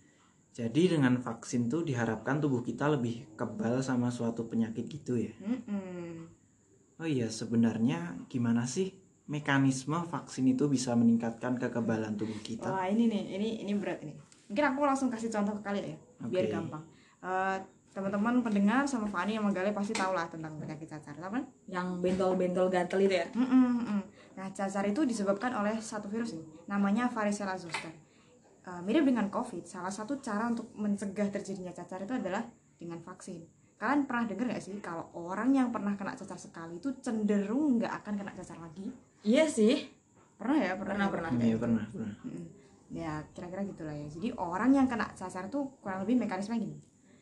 jadi dengan vaksin tuh diharapkan tubuh kita lebih kebal sama suatu penyakit gitu ya? Mm-mm. Oh iya, sebenarnya gimana sih mekanisme vaksin itu bisa meningkatkan kekebalan tubuh kita? Wah, ini nih, ini ini berat ini. Mungkin aku langsung kasih contoh ke kalian ya, biar Oke. gampang. Eh, teman-teman pendengar sama Fani sama Gale pasti tahu lah tentang penyakit cacar, tahu kan? Yang bentol-bentol gatel itu ya. Mm-mm, mm. Nah, cacar itu disebabkan oleh satu virus nih, namanya varicella zoster. Eh, mirip dengan COVID, salah satu cara untuk mencegah terjadinya cacar itu adalah dengan vaksin. Kalian pernah dengar nggak sih kalau orang yang pernah kena cacar sekali itu cenderung nggak akan kena cacar lagi? Iya sih. Pernah ya? Pernah, pernah. Iya pernah, pernah. Mm-mm. Ya kira-kira gitulah ya. Jadi orang yang kena cacar tuh kurang lebih mekanisme gini.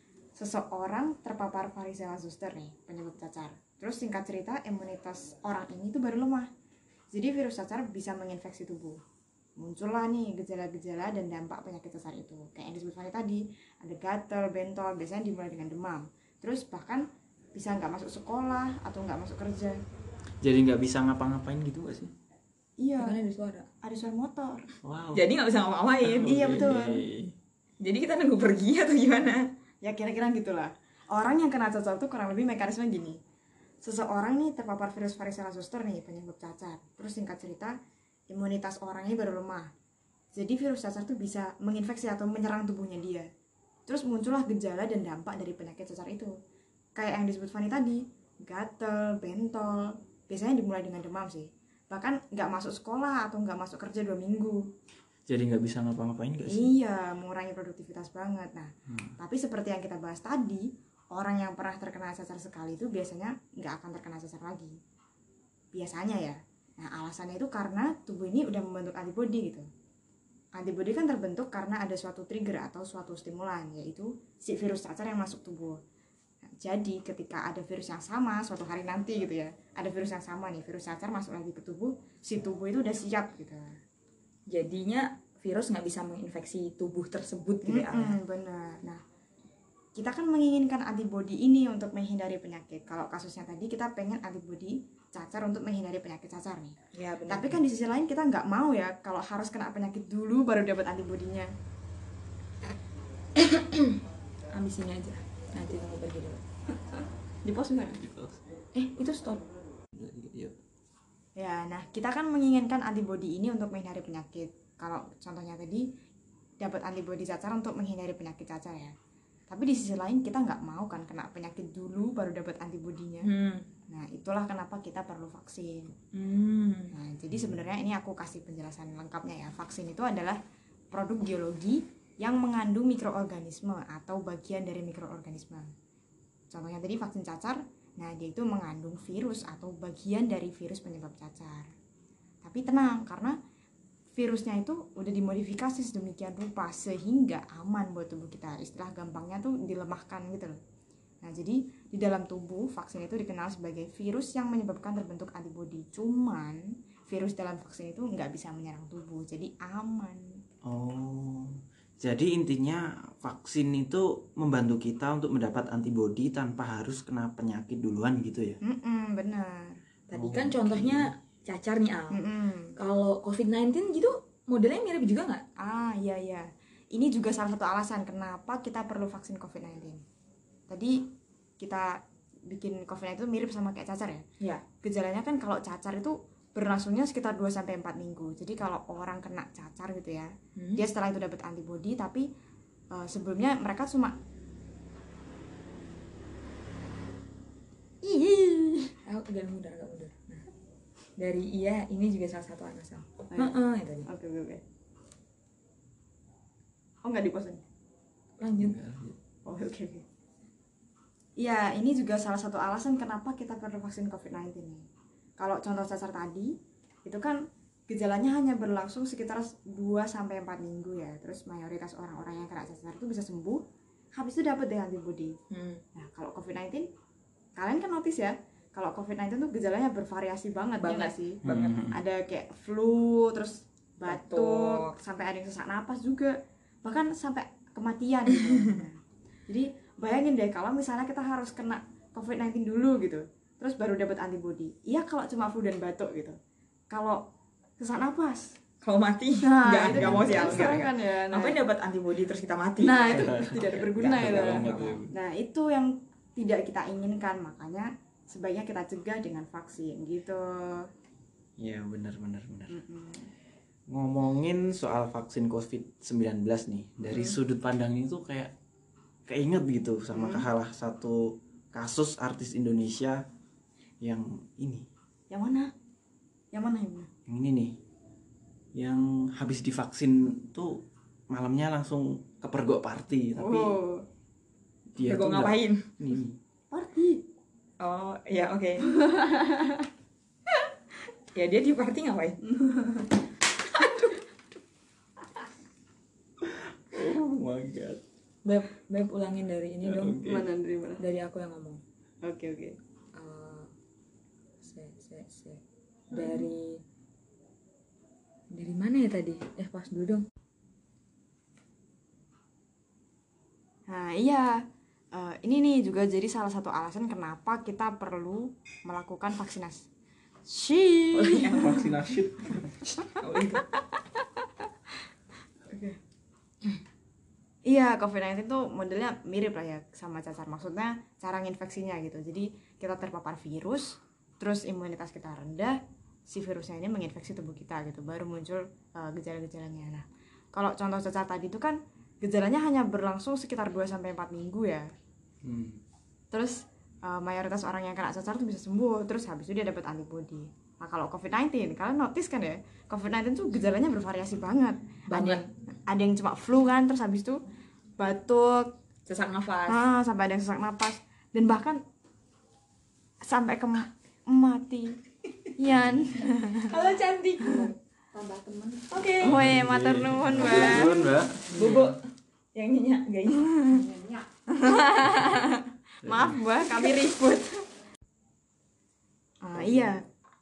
Seseorang terpapar varicella zoster nih, penyebab cacar. Terus singkat cerita imunitas orang ini tuh baru lemah. Jadi virus cacar bisa menginfeksi tubuh. Muncullah nih gejala-gejala dan dampak penyakit cacar itu. Kayak yang disebut Fani tadi, ada gatel, bentol, biasanya dimulai dengan demam. Terus bahkan bisa nggak masuk sekolah atau nggak masuk kerja. Jadi nggak bisa ngapa-ngapain gitu nggak sih? Iya, Makanya ada suara. ada suara motor. Wow. Jadi nggak bisa ngapa-ngapain. Iya, betul. Jadi kita nunggu pergi atau gimana? Ya kira-kira gitulah. Orang yang kena cacar tuh kurang lebih mekanisme gini. Seseorang nih terpapar virus varicella zoster nih penyebab cacar. Terus singkat cerita imunitas orang ini baru lemah. Jadi virus cacar tuh bisa menginfeksi atau menyerang tubuhnya dia. Terus muncullah gejala dan dampak dari penyakit cacar itu. Kayak yang disebut Fani tadi, gatel, bentol. Biasanya dimulai dengan demam sih. Bahkan nggak masuk sekolah atau nggak masuk kerja dua minggu. Jadi nggak bisa ngapa-ngapain nggak sih? Iya, mengurangi produktivitas banget. Nah, Hmm. tapi seperti yang kita bahas tadi, orang yang pernah terkena cacar sekali itu biasanya nggak akan terkena cacar lagi. Biasanya ya. Nah, alasannya itu karena tubuh ini udah membentuk antibodi gitu. Antibodi kan terbentuk karena ada suatu trigger atau suatu stimulan, yaitu si virus cacar yang masuk tubuh. Nah, jadi ketika ada virus yang sama suatu hari nanti gitu ya, ada virus yang sama nih, virus cacar masuk lagi ke tubuh, si tubuh itu udah siap gitu. Jadinya virus nggak bisa menginfeksi tubuh tersebut gitu ya. Mm-mm, benar. Nah, kita kan menginginkan antibodi ini untuk menghindari penyakit. Kalau kasusnya tadi kita pengen antibodi cacar untuk menghindari penyakit cacar nih. Ya benar. Tapi kan di sisi lain kita nggak mau ya kalau harus kena penyakit dulu baru dapat antibodinya. ambil sini aja. Nanti tunggu pergi dulu. Di pos benar? Eh, itu stop. Iya. Ya, nah kita kan menginginkan antibodi ini untuk menghindari penyakit. Kalau contohnya tadi dapat antibodi cacar untuk menghindari penyakit cacar ya. Tapi di sisi lain kita nggak mau kan kena penyakit dulu baru dapat antibodinya. Hmm. Nah itulah kenapa kita perlu vaksin. Hmm. Nah jadi sebenarnya ini aku kasih penjelasan lengkapnya ya. Vaksin itu adalah produk biologi yang mengandung mikroorganisme atau bagian dari mikroorganisme. Contohnya tadi vaksin cacar. Nah dia itu mengandung virus atau bagian dari virus penyebab cacar. Tapi tenang karena virusnya itu udah dimodifikasi sedemikian rupa sehingga aman buat tubuh kita. Istilah gampangnya tuh dilemahkan gitu loh. Nah, jadi di dalam tubuh vaksin itu dikenal sebagai virus yang menyebabkan terbentuk antibodi. Cuman virus dalam vaksin itu nggak bisa menyerang tubuh, jadi aman. Oh, jadi intinya vaksin itu membantu kita untuk mendapat antibodi tanpa harus kena penyakit duluan gitu ya? Mm-mm, benar. Tadi kan contohnya cacar nih Al. Mm-mm. Kalau covid sembilan belas gitu modelnya mirip juga nggak? Ah, iya iya. Ini juga salah satu alasan kenapa kita perlu vaksin covid sembilan belas. Tadi kita bikin covid sembilan belas itu mirip sama kayak cacar ya. Iya. Gejalanya kan kalau cacar itu berlangsungnya sekitar dua sampai empat minggu. Jadi kalau orang kena cacar gitu ya, Hmm. dia setelah itu dapat antibodi, tapi uh, sebelumnya mereka cuma ih Oh, agak mudah, agak mudah. Nah, dari iya ini juga salah satu alasan. iya. Heeh, itu nih. Oke oke oke. Oh nggak diposen. Lanjut. Oh oke oke. Iya, ini juga salah satu alasan kenapa kita perlu vaksin covid sembilan belas nih. Kalau contoh cacar tadi, itu kan gejalanya hanya berlangsung sekitar dua sampai empat minggu ya. Terus mayoritas orang-orang yang kena cacar itu bisa sembuh, habis itu dapat deh antibodi. Hmm. Nah, kalau covid sembilan belas, kalian kan notice ya, kalau covid sembilan belas tuh gejalanya bervariasi banget, ya Banget. nggak sih? Banget. Ada kayak flu, terus batuk, Batuk. sampai ada yang sesak napas juga, bahkan sampai kematian gitu. Nah, jadi bayangin deh kalau misalnya kita harus kena covid sembilan belas dulu gitu, terus baru dapat antibodi. Iya kalau cuma flu dan batuk gitu. Kalau sesak napas, Kalau mati, nah nggak, itu nggak kan mau sih, Al. serem Nggak, nggak. kan ya. Nah, Ngapain dapat antibodi terus kita mati? nah itu tidak ada berguna Nggak ya. ada Nah, banget. nah itu yang tidak kita inginkan, makanya sebaiknya kita cegah dengan vaksin gitu. Iya benar benar benar. Mm-mm. Ngomongin soal vaksin covid sembilan belas nih, dari sudut pandang itu kayak keinget gitu sama Hmm. salah satu kasus artis Indonesia yang ini, Yang mana? Yang mana yang mana? yang ini nih, yang habis divaksin tuh malamnya langsung kepergok party, tapi Oh, dia Gue tuh nggak- ngapain? ini nih, party. Oh, iya oke. Ya dia di party ngapain? oh my god. Beb, Beb ulangin dari ini dong. Oke. Mana dari mana? Dari aku yang ngomong. Oke oke. Eh, se, se, se. Dari dari mana ya tadi? Eh pas dulu dong. Nah iya, Eh, ini nih juga jadi salah satu alasan kenapa kita perlu melakukan vaksinasi. Shii. Vaksinasi. Oh, itu. Iya, covid sembilan belas tuh modelnya mirip lah ya sama cacar. Maksudnya cara nginfeksinya gitu. Jadi kita terpapar virus, terus imunitas kita rendah, si virusnya ini menginfeksi tubuh kita gitu. Baru muncul uh, gejala-gejalanya. Nah, kalau contoh cacar tadi itu kan gejalanya hanya berlangsung sekitar dua sampai empat minggu ya. Hmm. Terus uh, mayoritas orang yang kena cacar tuh bisa sembuh, terus habis itu dia dapat antibodi. Nah, kalau covid sembilan belas, kalian notice kan ya, covid sembilan belas tuh gejalanya bervariasi banget. Ada Banget. yang, ada yang cuma flu kan, terus habis itu batuk, Sesak nafas. ah, sampai ada yang sesak napas, dan bahkan sampai ke mati. Yan. Halo cantik. Tambah temen. Oke. Woi, matur nuwun, Mbak. Betul, Mbak. Bobo yang nyenyak guys. Nyenyak. Maaf, Mbak, kami ribut. Ah, iya.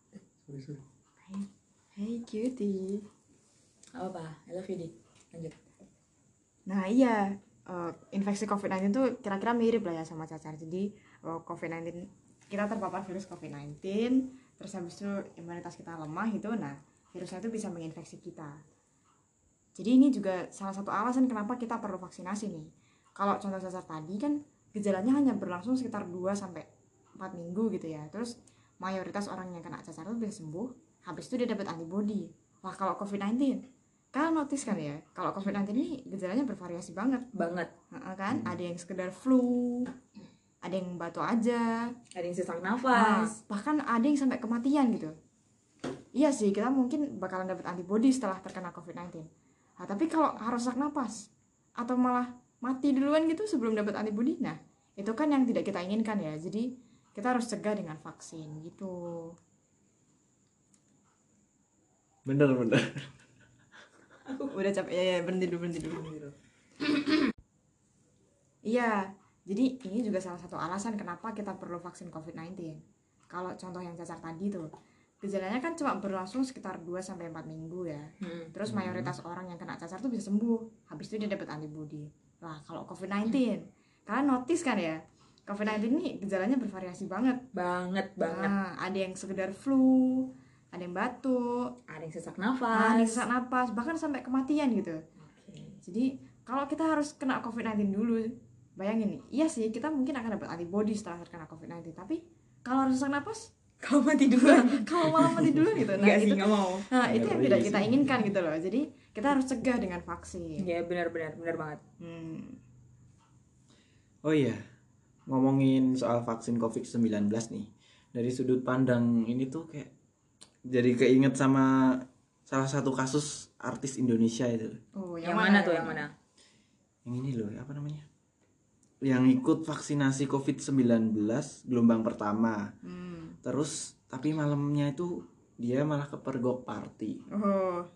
Hey cutie. Apa apa? I love you, Di. Lanjut. Nah iya, eh, infeksi covid sembilan belas tuh kira-kira mirip lah ya sama cacar. Jadi eh, covid sembilan belas, kita terpapar virus covid sembilan belas, terus habis itu imunitas kita lemah itu, nah virusnya itu bisa menginfeksi kita. Jadi ini juga salah satu alasan kenapa kita perlu vaksinasi nih. Kalau contoh cacar tadi kan gejalanya hanya berlangsung sekitar dua sampai empat minggu gitu ya. Terus mayoritas orang yang kena cacar itu bisa sembuh, habis itu dia dapat antibodi. Wah, kalau covid sembilan belas, kalian notice kan ya, kalau covid sembilan belas ini gejalanya bervariasi banget. Banget. Heeh kan, ada yang sekedar flu, ada yang batuk aja, Ada yang sesak nah, nafas. bahkan ada yang sampai kematian gitu. Iya sih, kita mungkin bakalan dapat antibodi setelah terkena covid sembilan belas. Nah, tapi kalau harus sesak napas atau malah mati duluan gitu sebelum dapat antibodi, nah itu kan yang tidak kita inginkan ya. Jadi kita harus cegah dengan vaksin gitu. Bener bener. Udah capek ya, ya berhenti dulu berhenti dulu. Iya, Jadi ini juga salah satu alasan kenapa kita perlu vaksin covid sembilan belas. Kalau contoh yang cacar tadi tuh, gejalanya kan cuma berlangsung sekitar dua sampai empat minggu ya. Hmm. Terus mayoritas hmm. orang yang kena cacar tuh bisa sembuh. Habis itu dia dapat antibodi. Lah kalau covid sembilan belas, hmm. kalian notice kan ya? covid sembilan belas ini gejalanya bervariasi banget. Banget banget. Nah, ada yang sekedar flu, ada yang batuk, ada yang sesak nafas, nah, ada yang sesak nafas, bahkan sampai kematian gitu. Okay. Jadi kalau kita harus kena covid sembilan belas dulu, bayangin nih, iya sih kita mungkin akan dapat antibodi setelah terkena covid sembilan belas, tapi kalau harus sesak nafas, kalau mati duluan, kalau malah mati duluan gitu. Nah, Nggak itu, sih, nggak mau. Nah, itu yang tidak kita inginkan gitu loh. Jadi kita harus cegah dengan vaksin. Iya, benar-benar, benar banget. Hmm. Oh iya, ngomongin soal vaksin covid sembilan belas nih, dari sudut pandang ini tuh kayak jadi keinget sama salah satu kasus artis Indonesia itu. Oh, yang, yang mana, mana tuh, yang mana? Yang ini loh, apa namanya? Yang ikut vaksinasi covid sembilan belas gelombang pertama. Hmm. Terus tapi malamnya itu dia malah kepergok party. Oh.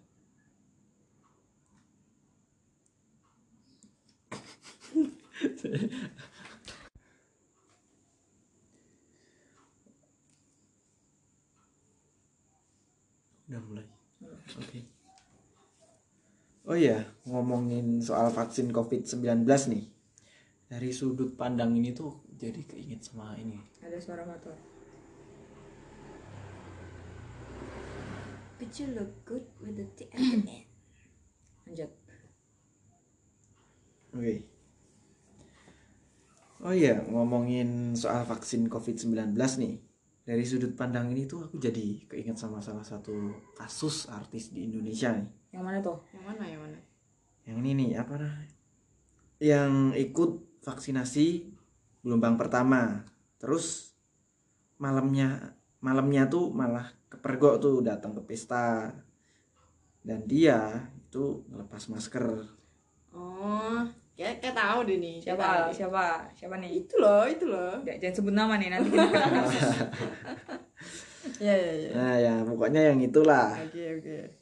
Udah mulai. Oke. Okay. Oh iya, ngomongin soal vaksin covid sembilan belas nih. Dari sudut pandang ini tuh jadi keinget sama ini. Ada suara motor. But you look good with the T at the end. Lanjut. Oke. Okay. Oh iya, ngomongin soal vaksin covid sembilan belas nih. Dari sudut pandang ini tuh aku jadi keinget sama salah satu kasus artis di Indonesia nih. Yang mana tuh? Yang mana, yang mana? Yang ini nih, apa nah? Yang ikut vaksinasi gelombang pertama. Terus malamnya malamnya tuh malah kepergok tuh datang ke pesta. Dan dia itu ngelepas masker. Oh, kayak kayak tahu deh nih. Siapa? Siapa? Siapa nih? Itu loh, itu loh. Jangan, jangan sebut nama nih nanti. Ya, ya, ya. Nah, ya pokoknya yang itulah. Oke, okay, oke. Okay.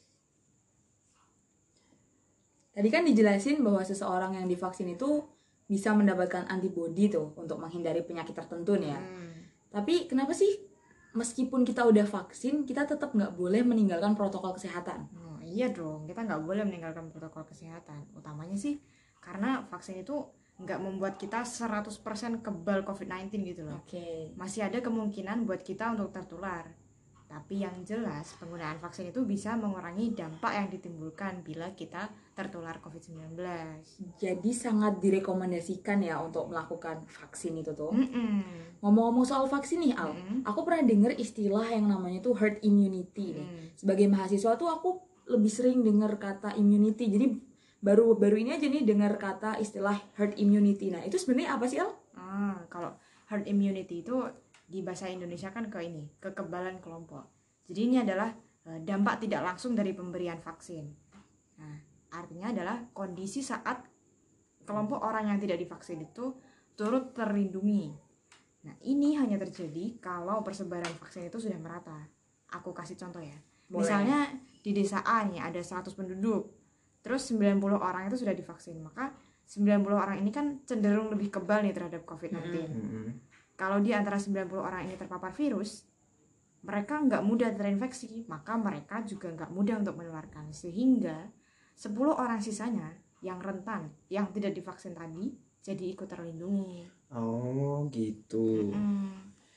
Tadi kan dijelasin bahwa seseorang yang divaksin itu bisa mendapatkan antibodi tuh untuk menghindari penyakit tertentu nih ya. Hmm. Tapi kenapa sih meskipun kita udah vaksin, kita tetap nggak boleh meninggalkan protokol kesehatan? Oh, iya dong, kita nggak boleh meninggalkan protokol kesehatan. Utamanya sih karena vaksin itu nggak membuat kita seratus persen kebal covid sembilan belas gitu loh. Oke. Okay. Masih ada kemungkinan buat kita untuk tertular. Tapi yang jelas penggunaan vaksin itu bisa mengurangi dampak yang ditimbulkan bila kita tertular covid sembilan belas. Jadi sangat direkomendasikan ya untuk melakukan vaksin itu tuh. Mm-mm. Ngomong-ngomong soal vaksin nih Al, Mm-mm. aku pernah dengar istilah yang namanya tuh herd immunity nih. Mm. Sebagai mahasiswa tuh aku lebih sering dengar kata immunity. Jadi baru baru ini aja nih dengar kata istilah herd immunity. Nah itu sebenarnya apa sih Al? Ah, kalau herd immunity itu di bahasa Indonesia kan ke ini, kekebalan kelompok. Jadi ini adalah e, dampak tidak langsung dari pemberian vaksin. Nah, artinya adalah kondisi saat kelompok orang yang tidak divaksin itu turut terlindungi. Nah, ini hanya terjadi kalau persebaran vaksin itu sudah merata. Aku kasih contoh ya. Boleh. Misalnya di desa A nih ada seratus penduduk. Terus sembilan puluh orang itu sudah divaksin. Maka sembilan puluh orang ini kan cenderung lebih kebal nih terhadap covid sembilan belas. Mm-hmm. Kalau di antara sembilan puluh orang ini terpapar virus, mereka nggak mudah terinfeksi, maka mereka juga nggak mudah untuk menularkan. Sehingga sepuluh orang sisanya yang rentan, yang tidak divaksin tadi, jadi ikut terlindungi. Oh gitu. Mm-hmm.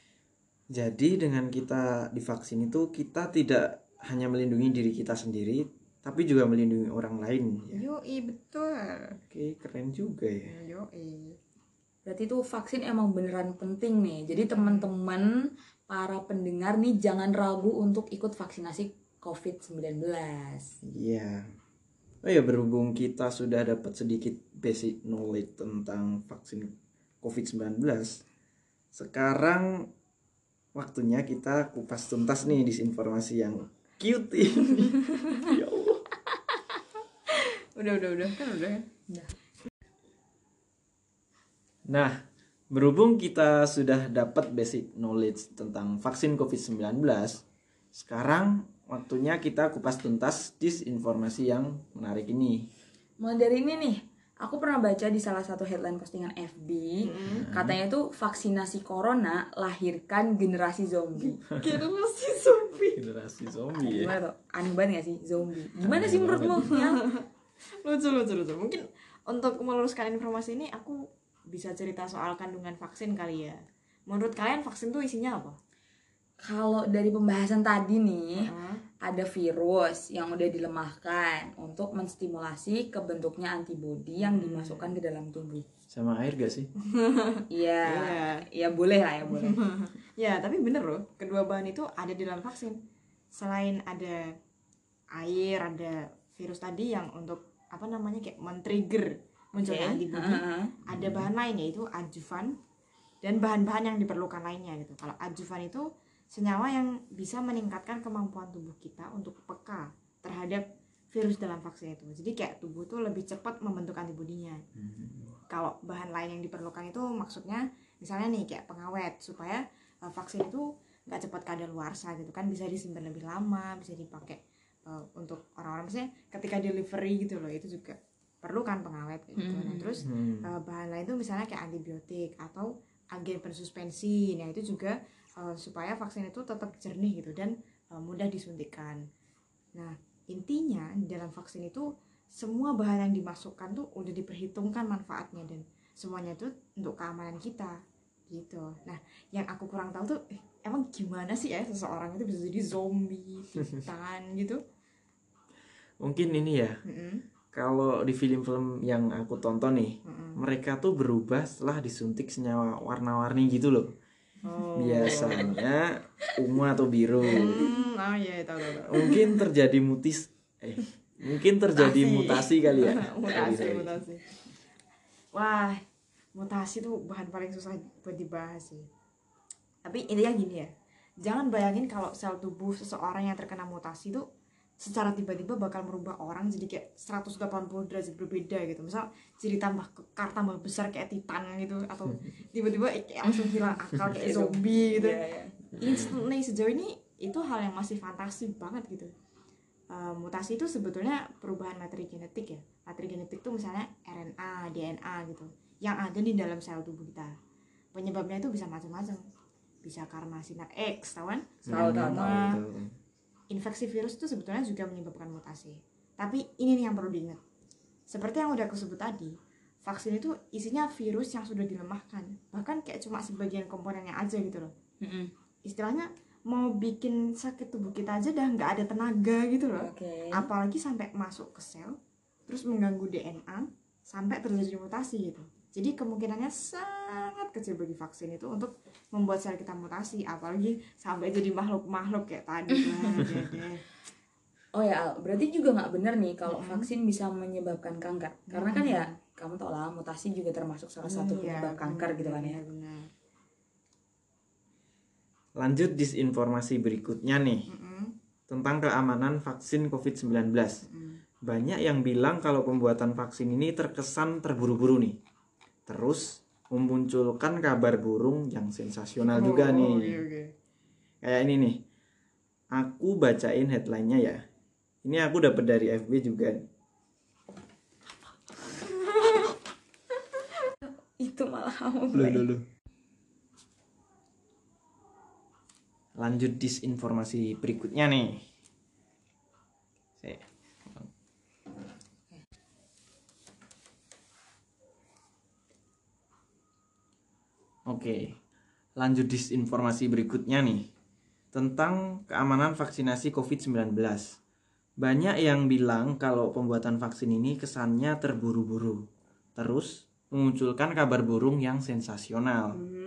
Jadi dengan kita divaksin itu, kita tidak hanya melindungi diri kita sendiri, tapi juga melindungi orang lain. Ya? Yoi, betul. Oke, keren juga ya. Yoi. Berarti tuh vaksin emang beneran penting nih. Jadi teman-teman, para pendengar nih jangan ragu untuk ikut vaksinasi covid sembilan belas. Iya. Oh ya, berhubung kita sudah dapat sedikit basic knowledge tentang vaksin covid sembilan belas, sekarang waktunya kita kupas tuntas nih disinformasi yang cute ini. Ya Allah. Udah, udah, udah. Kan udah. Udah. Nah, berhubung kita sudah dapat basic knowledge tentang vaksin covid sembilan belas, sekarang waktunya kita kupas tuntas disinformasi yang menarik ini. Mulai dari ini nih, Aku pernah baca di salah satu headline postingan F B, mm-hmm. katanya tuh vaksinasi corona lahirkan generasi zombie. Generasi zombie. Generasi zombie. Gimana tuh? Aneh banget gak sih zombie? Gimana sih menurutmu? Ya? lucu lucu lucu. Mungkin untuk meluruskan informasi ini aku bisa cerita soal kandungan vaksin kali ya. Menurut kalian vaksin tuh isinya apa? Kalau dari pembahasan tadi nih, uh-huh. ada virus yang udah dilemahkan untuk menstimulasi kebentuknya antibodi yang dimasukkan ke dalam tubuh. Sama air gak sih? Iya, ya boleh lah ya boleh. Ya tapi bener loh, kedua bahan itu ada di dalam vaksin. Selain ada air, ada virus tadi yang untuk apa namanya kayak men-trigger munculnya okay. antibodi, uh-huh. ada bahan lain yaitu adjuvan dan bahan-bahan yang diperlukan lainnya gitu. Kalau adjuvan itu senyawa yang bisa meningkatkan kemampuan tubuh kita untuk peka terhadap virus dalam vaksin itu. Jadi kayak tubuh tuh lebih cepat membentuk antibodinya. Mm-hmm. Kalau bahan lain yang diperlukan itu maksudnya misalnya nih kayak pengawet supaya uh, vaksin itu nggak cepat kadaluarsa gitu kan, bisa disimpan lebih lama, bisa dipakai uh, untuk orang-orang misalnya ketika delivery gitu loh, itu juga perlu kan pengawet kayak gitu. Mm-hmm. Nah terus uh, bahan lain itu misalnya kayak antibiotik atau agen pensuspensi. Nah itu juga Uh, supaya vaksin itu tetap jernih gitu dan uh, mudah disuntikkan. Nah intinya di dalam vaksin itu semua bahan yang dimasukkan tuh udah diperhitungkan manfaatnya dan semuanya itu untuk keamanan kita gitu. Nah yang aku kurang tahu tuh eh, emang gimana sih ya seseorang itu bisa jadi zombie, titan gitu? Mungkin ini ya. Mm-hmm. Kalau di film-film yang aku tonton nih, mm-hmm. mereka tuh berubah setelah disuntik senyawa warna-warni gitu loh. Oh. Biasanya ungu atau biru. Hmm, oh iya tahu tahu. Mungkin terjadi mutis eh mungkin terjadi mutasi, mutasi kali ya. mutasi mutasi. Wah, mutasi tuh bahan paling susah buat dibahas sih. Tapi intinya gini ya. Jangan bayangin kalau sel tubuh seseorang yang terkena mutasi tuh secara tiba-tiba bakal merubah orang jadi kayak seratus delapan puluh derajat berbeda gitu. Misal jadi tambah kekar, tambah besar kayak titan gitu, atau tiba-tiba kayak langsung hilang akal kayak zombie gitu. Yeah, yeah. Instantly sejauh ini itu hal yang masih fantasi banget gitu. Uh, mutasi itu sebetulnya perubahan materi genetik ya. Materi genetik itu misalnya R N A, D N A gitu, yang ada di dalam sel tubuh kita. Penyebabnya itu bisa macam-macam. Bisa karena sinar X, tahu kan? Tahu tahu tahu. Infeksi virus itu sebetulnya juga menyebabkan mutasi. Tapi ini nih yang perlu diingat. Seperti yang udah aku sebut tadi, vaksin itu isinya virus yang sudah dilemahkan. Bahkan kayak cuma sebagian komponennya aja gitu loh. Mm-hmm. Istilahnya mau bikin sakit tubuh kita aja dah nggak ada tenaga gitu loh. Okay. Apalagi sampai masuk ke sel, terus mengganggu D N A, sampai terjadi mutasi gitu. Jadi kemungkinannya sangat kecil bagi vaksin itu untuk membuat sel kita mutasi, apalagi sampai jadi makhluk-makhluk kayak tadi. Oh ya Al, berarti juga nggak benar nih kalau mm-hmm. vaksin bisa menyebabkan kanker. Karena kan ya kamu tau lah, mutasi juga termasuk salah satu penyebab ya, kanker bener, gitu kan ya. Bener. Lanjut disinformasi berikutnya nih, mm-hmm. tentang keamanan vaksin covid sembilan belas. Mm-hmm. Banyak yang bilang kalau pembuatan vaksin ini terkesan terburu-buru nih. Terus memunculkan kabar burung yang sensasional oh, juga nih. Okay, okay. Kayak ini nih. Aku bacain headline-nya ya. Ini aku dapat dari F B juga. Itu malah kamu. Loh, loh, loh. Lanjut disinformasi berikutnya nih. Saya Oke, lanjut disinformasi berikutnya nih, tentang keamanan vaksinasi covid sembilan belas. Banyak yang bilang kalau pembuatan vaksin ini kesannya terburu-buru, terus memunculkan kabar burung yang sensasional. Mm-hmm.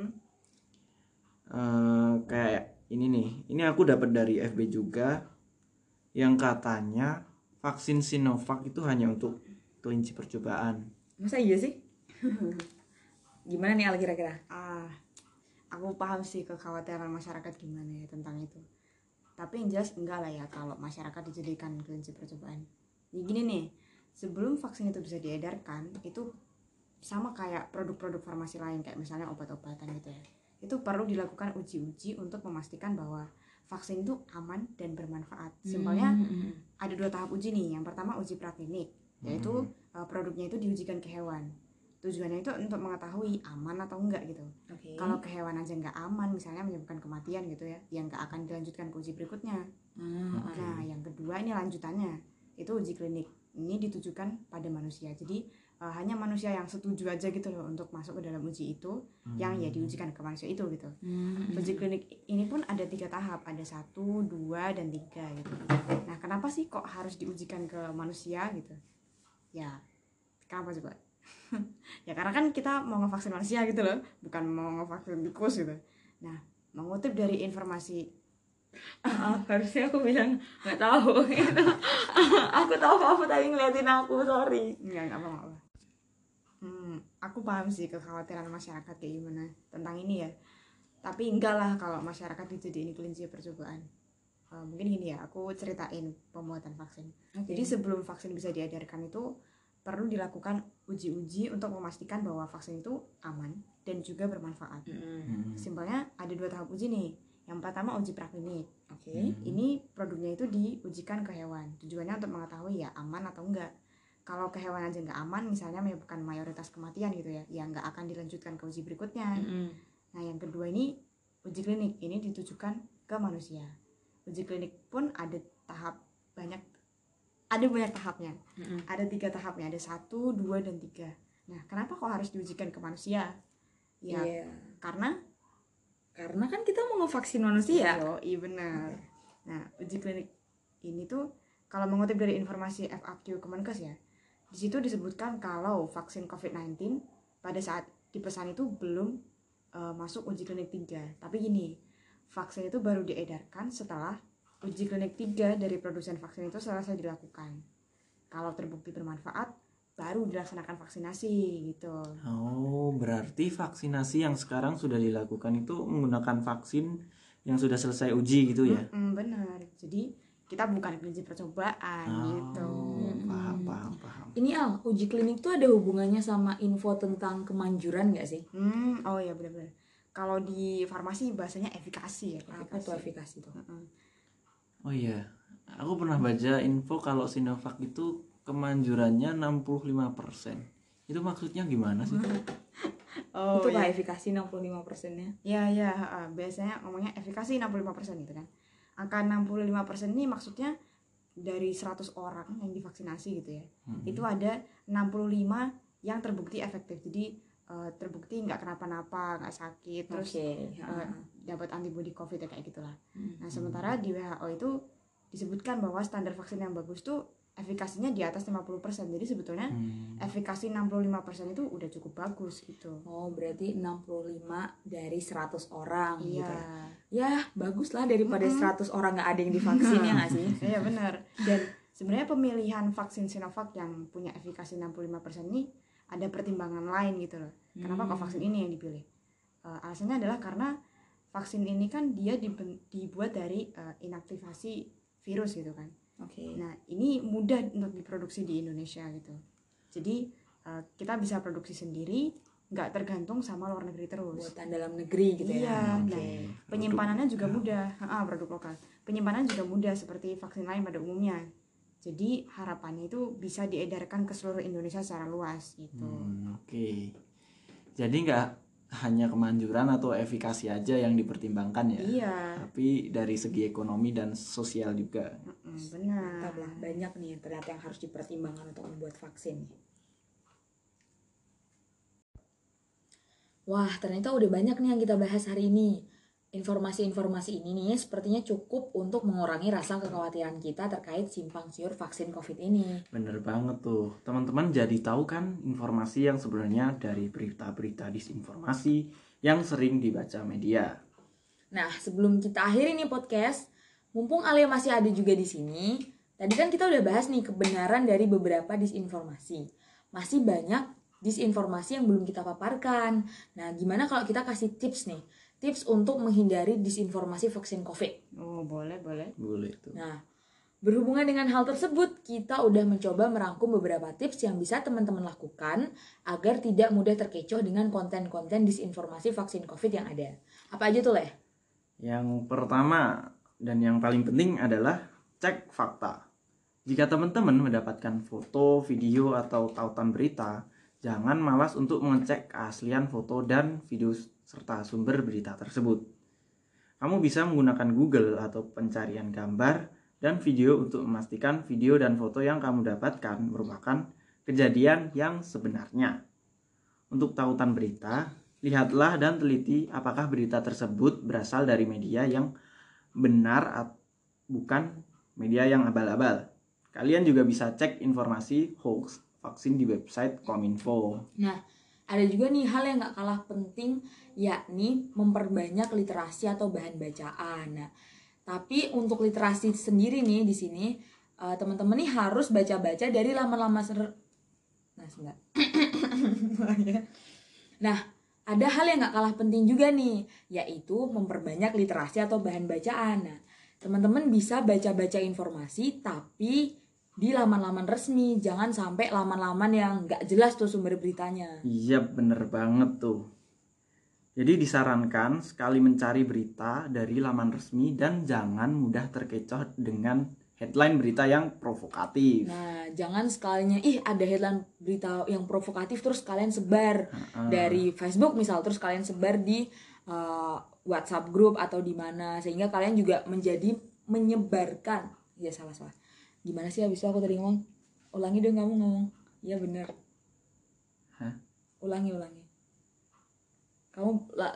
Uh, kayak ini nih, ini aku dapat dari F B juga, yang katanya vaksin Sinovac itu hanya untuk kelinci percobaan. Masa iya sih? Gimana nih Al kira-kira? Ah, aku paham sih kekhawatiran masyarakat gimana ya tentang itu. Tapi yang jelas enggak lah ya kalau masyarakat dijadikan kelinci percobaan. Ya gini nih, sebelum vaksin itu bisa diedarkan, itu sama kayak produk-produk farmasi lain kayak misalnya obat-obatan gitu ya. Itu perlu dilakukan uji-uji untuk memastikan bahwa vaksin itu aman dan bermanfaat. Simpelnya hmm. ada dua tahap uji nih. Yang pertama uji praklinik, yaitu uh, produknya itu diujikan ke hewan. Tujuannya itu untuk mengetahui aman atau enggak gitu. Oke. Kalau ke hewan aja nggak aman, misalnya menyebabkan kematian gitu ya, yang nggak akan dilanjutkan ke uji berikutnya. Hmm, Nah, yang kedua ini lanjutannya, itu uji klinik. Ini ditujukan pada manusia. Jadi uh, hanya manusia yang setuju aja gitu loh untuk masuk ke dalam uji itu, Hmm. yang ya diujikan ke manusia itu gitu. hmm, Uji klinik ini pun ada tiga tahap, ada satu, dua, dan tiga gitu. Nah, kenapa sih kok harus diujikan ke manusia gitu? Ya, kenapa coba? Ya karena kan kita mau ngevaksin manusia gitu loh, bukan mau ngevaksin tikus gitu. Nah, mengutip dari informasi, Ah, harusnya aku bilang nggak tahu gitu. Aku tahu kamu tadi ngeliatin aku, sorry. enggak enggak apa-apa. Hmm, aku paham sih kekhawatiran masyarakat kayak gimana tentang ini ya. Tapi enggak lah kalau masyarakat dijadiin kelinci percobaan. Uh, mungkin gini ya, aku ceritain pembuatan vaksin. Oke. Jadi sebelum vaksin bisa diedarkan itu perlu dilakukan uji-uji untuk memastikan bahwa vaksin itu aman dan juga bermanfaat. Mm-mm. Hmm. Simpelnya ada dua tahap uji nih. Yang pertama uji praklinik. Oke. Ini produknya itu diujikan ke hewan. Tujuannya untuk mengetahui ya aman atau enggak. Kalau ke hewan aja nggak aman, misalnya menyebabkan mayoritas kematian gitu ya, ya nggak akan dilanjutkan ke uji berikutnya. Mm-mm. Nah, yang kedua ini uji klinik. Ini ditujukan ke manusia. Uji klinik pun ada tahap banyak, ada banyak tahapnya. Mm-mm. Ada tiga tahapnya, ada satu, dua, dan tiga. Nah, kenapa kok harus diujikan ke manusia? Ya, Iya. karena Karena kan kita mau ngevaksin manusia. Yo, iya benar. Nah, uji klinik ini tuh kalau mengutip dari informasi F A Q Kemenkes ya, di situ disebutkan kalau vaksin covid sembilan belas pada saat dipesan itu belum uh, masuk uji klinik tiga. Tapi gini, vaksin itu baru diedarkan setelah uji klinik tiga dari produsen vaksin itu selesai dilakukan. Kalau terbukti bermanfaat, baru dilaksanakan vaksinasi gitu. Oh, berarti vaksinasi yang sekarang sudah dilakukan itu menggunakan vaksin yang sudah selesai uji gitu ya? Mm-mm, benar. Jadi kita bukan kelinci percobaan gitu. Oh, paham, paham, paham. Ini Al, uji klinik tuh ada hubungannya sama info tentang kemanjuran nggak sih? Hmm, oh ya benar-benar. Kalau di farmasi bahasanya efikasi ya. Apa tuh efikasi tuh? Mm-mm. Oh iya, aku pernah baca info kalau Sinovac itu kemanjurannya enam puluh lima persen. Itu maksudnya gimana sih? Oh itu ya. kayak efikasi enam puluh lima persennya. Ya ya, ha, biasanya ngomongnya efikasi enam puluh lima persen gitu kan. Angka enam puluh lima persen ini maksudnya dari seratus orang yang divaksinasi gitu ya. Hmm. Itu ada enam puluh lima yang terbukti efektif. Jadi uh, terbukti nggak kenapa-napa, nggak sakit, terus Oke. uh, dapat antibodi COVID ya kayak gitulah. Hmm. Nah, sementara di W H O itu disebutkan bahwa standar vaksin yang bagus tuh efikasinya di atas lima puluh persen. Jadi sebetulnya Hmm. efikasi enam puluh lima persen itu udah cukup bagus gitu. Oh, berarti enam puluh lima dari seratus orang Iya. gitu. Ya, bagus lah daripada Mm-mm. seratus orang nggak ada yang divaksin ya nggak sih? Iya benar. Dan sebenarnya pemilihan vaksin Sinovac yang punya efikasi enam puluh lima persen ini ada pertimbangan lain gitu loh. Kenapa kok Hmm. vaksin ini yang dipilih? Uh, alasannya adalah karena vaksin ini kan dia diben- dibuat dari uh, inaktivasi virus gitu kan. Oke. Nah, ini mudah untuk diproduksi di Indonesia gitu. Jadi uh, kita bisa produksi sendiri, nggak tergantung sama luar negeri terus. Buatan dalam negeri gitu Iya, ya. nah, Oke. penyimpanannya juga mudah. Ah, produk lokal. Penyimpanan juga mudah seperti vaksin lain pada umumnya. Jadi harapannya itu bisa diedarkan ke seluruh Indonesia secara luas gitu. Hmm, Oke. Jadi nggak hanya kemanjuran atau efikasi aja yang dipertimbangkan ya? Iya, Tapi dari segi ekonomi dan sosial juga. mm, benar. Mantap lah, banyak nih ternyata yang harus dipertimbangkan untuk membuat vaksin. Wah, ternyata udah banyak nih yang kita bahas hari ini. Informasi-informasi ini nih sepertinya cukup untuk mengurangi rasa kekhawatiran kita terkait simpang siur vaksin COVID ini. Bener banget tuh. Teman-teman jadi tahu kan informasi yang sebenarnya dari berita-berita disinformasi yang sering dibaca media. Nah, sebelum kita akhiri nih podcast, mumpung Alia masih ada juga di sini, tadi kan kita udah bahas nih kebenaran dari beberapa disinformasi. Masih banyak disinformasi yang belum kita paparkan. Nah, gimana kalau kita kasih tips nih? Tips untuk menghindari disinformasi vaksin COVID. Oh, boleh, boleh. Boleh tuh. Nah, berhubungan dengan hal tersebut, kita udah mencoba merangkum beberapa tips yang bisa teman-teman lakukan agar tidak mudah terkecoh dengan konten-konten disinformasi vaksin COVID yang ada. Apa aja tuh, Leh? Yang pertama dan yang paling penting adalah cek fakta. Jika teman-teman mendapatkan foto, video, atau tautan berita, jangan malas untuk mengecek keaslian foto dan video serta sumber berita tersebut. Kamu bisa menggunakan Google atau pencarian gambar dan video untuk memastikan video dan foto yang kamu dapatkan merupakan kejadian yang sebenarnya. Untuk tautan berita, lihatlah dan teliti apakah berita tersebut berasal dari media yang benar atau bukan media yang abal-abal. Kalian juga bisa cek informasi hoax vaksin di website Kominfo. Nah, ada juga nih hal yang gak kalah penting, yakni memperbanyak literasi atau bahan bacaan. Nah, tapi untuk literasi sendiri nih di sini uh, teman-teman nih harus baca-baca dari laman-laman ser... Nah, sebentar. Nah, ada hal yang gak kalah penting juga nih, yaitu memperbanyak literasi atau bahan bacaan. Nah, teman-teman bisa baca-baca informasi tapi di laman-laman resmi, jangan sampai laman-laman yang nggak jelas tuh sumber beritanya. Iya, bener banget tuh. Jadi disarankan sekali mencari berita dari laman resmi dan jangan mudah terkecoh dengan headline berita yang provokatif. Nah, jangan sekalinya ih ada headline berita yang provokatif terus kalian sebar uh-uh. dari Facebook misal, terus kalian sebar di uh, WhatsApp group atau di mana, sehingga kalian juga menjadi menyebarkan. Ya salah salah. Gimana sih abis itu aku tadi ngomong? Ulangi dong kamu ngomong. Iya benar. Hah? Ulangi ulangi. Kamu lah.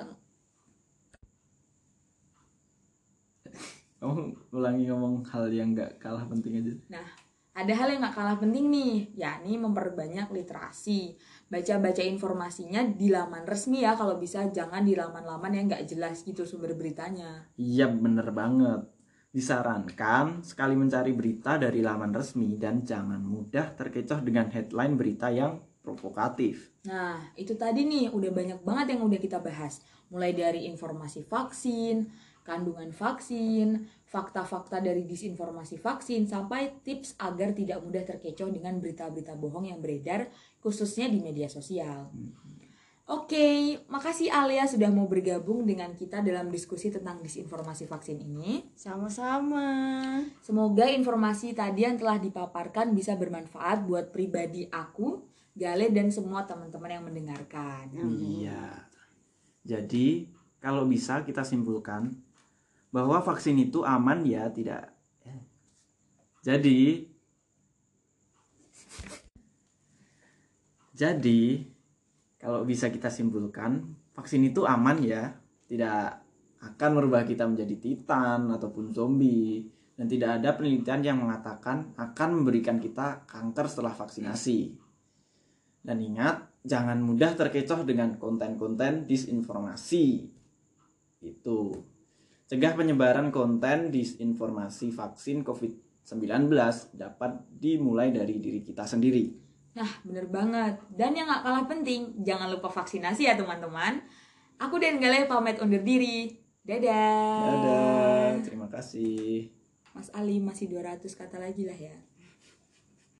Kamu ulangi ngomong hal yang gak kalah penting aja. Nah, ada hal yang gak kalah penting nih, yakni memperbanyak literasi. Baca-baca informasinya di laman resmi ya, kalau bisa jangan di laman-laman yang gak jelas gitu sumber beritanya. Iya bener banget. Disarankan sekali mencari berita dari laman resmi dan jangan mudah terkecoh dengan headline berita yang provokatif. Nah, itu tadi nih udah banyak banget yang udah kita bahas. Mulai dari informasi vaksin, kandungan vaksin, fakta-fakta dari disinformasi vaksin, sampai tips agar tidak mudah terkecoh dengan berita-berita bohong yang beredar, khususnya di media sosial. Hmm. Oke, makasih Alia sudah mau bergabung dengan kita dalam diskusi tentang disinformasi vaksin ini. Sama-sama. Semoga informasi tadi yang telah dipaparkan bisa bermanfaat buat pribadi aku, Gale, dan semua teman-teman yang mendengarkan. Iya. Jadi, kalau bisa kita simpulkan bahwa vaksin itu aman ya, tidak. Jadi, jadi kalau bisa kita simpulkan, vaksin itu aman ya, tidak akan merubah kita menjadi titan ataupun zombie, dan tidak ada penelitian yang mengatakan akan memberikan kita kanker setelah vaksinasi. Dan ingat, jangan mudah terkecoh dengan konten-konten disinformasi. Itu. Cegah penyebaran konten disinformasi vaksin covid sembilan belas dapat dimulai dari diri kita sendiri. Nah, bener banget. Dan yang gak kalah penting, jangan lupa vaksinasi ya teman-teman. Aku dan Gale pamit undur diri. Dadah. Dadah, terima kasih. Mas Ali masih dua ratus kata lagi lah ya.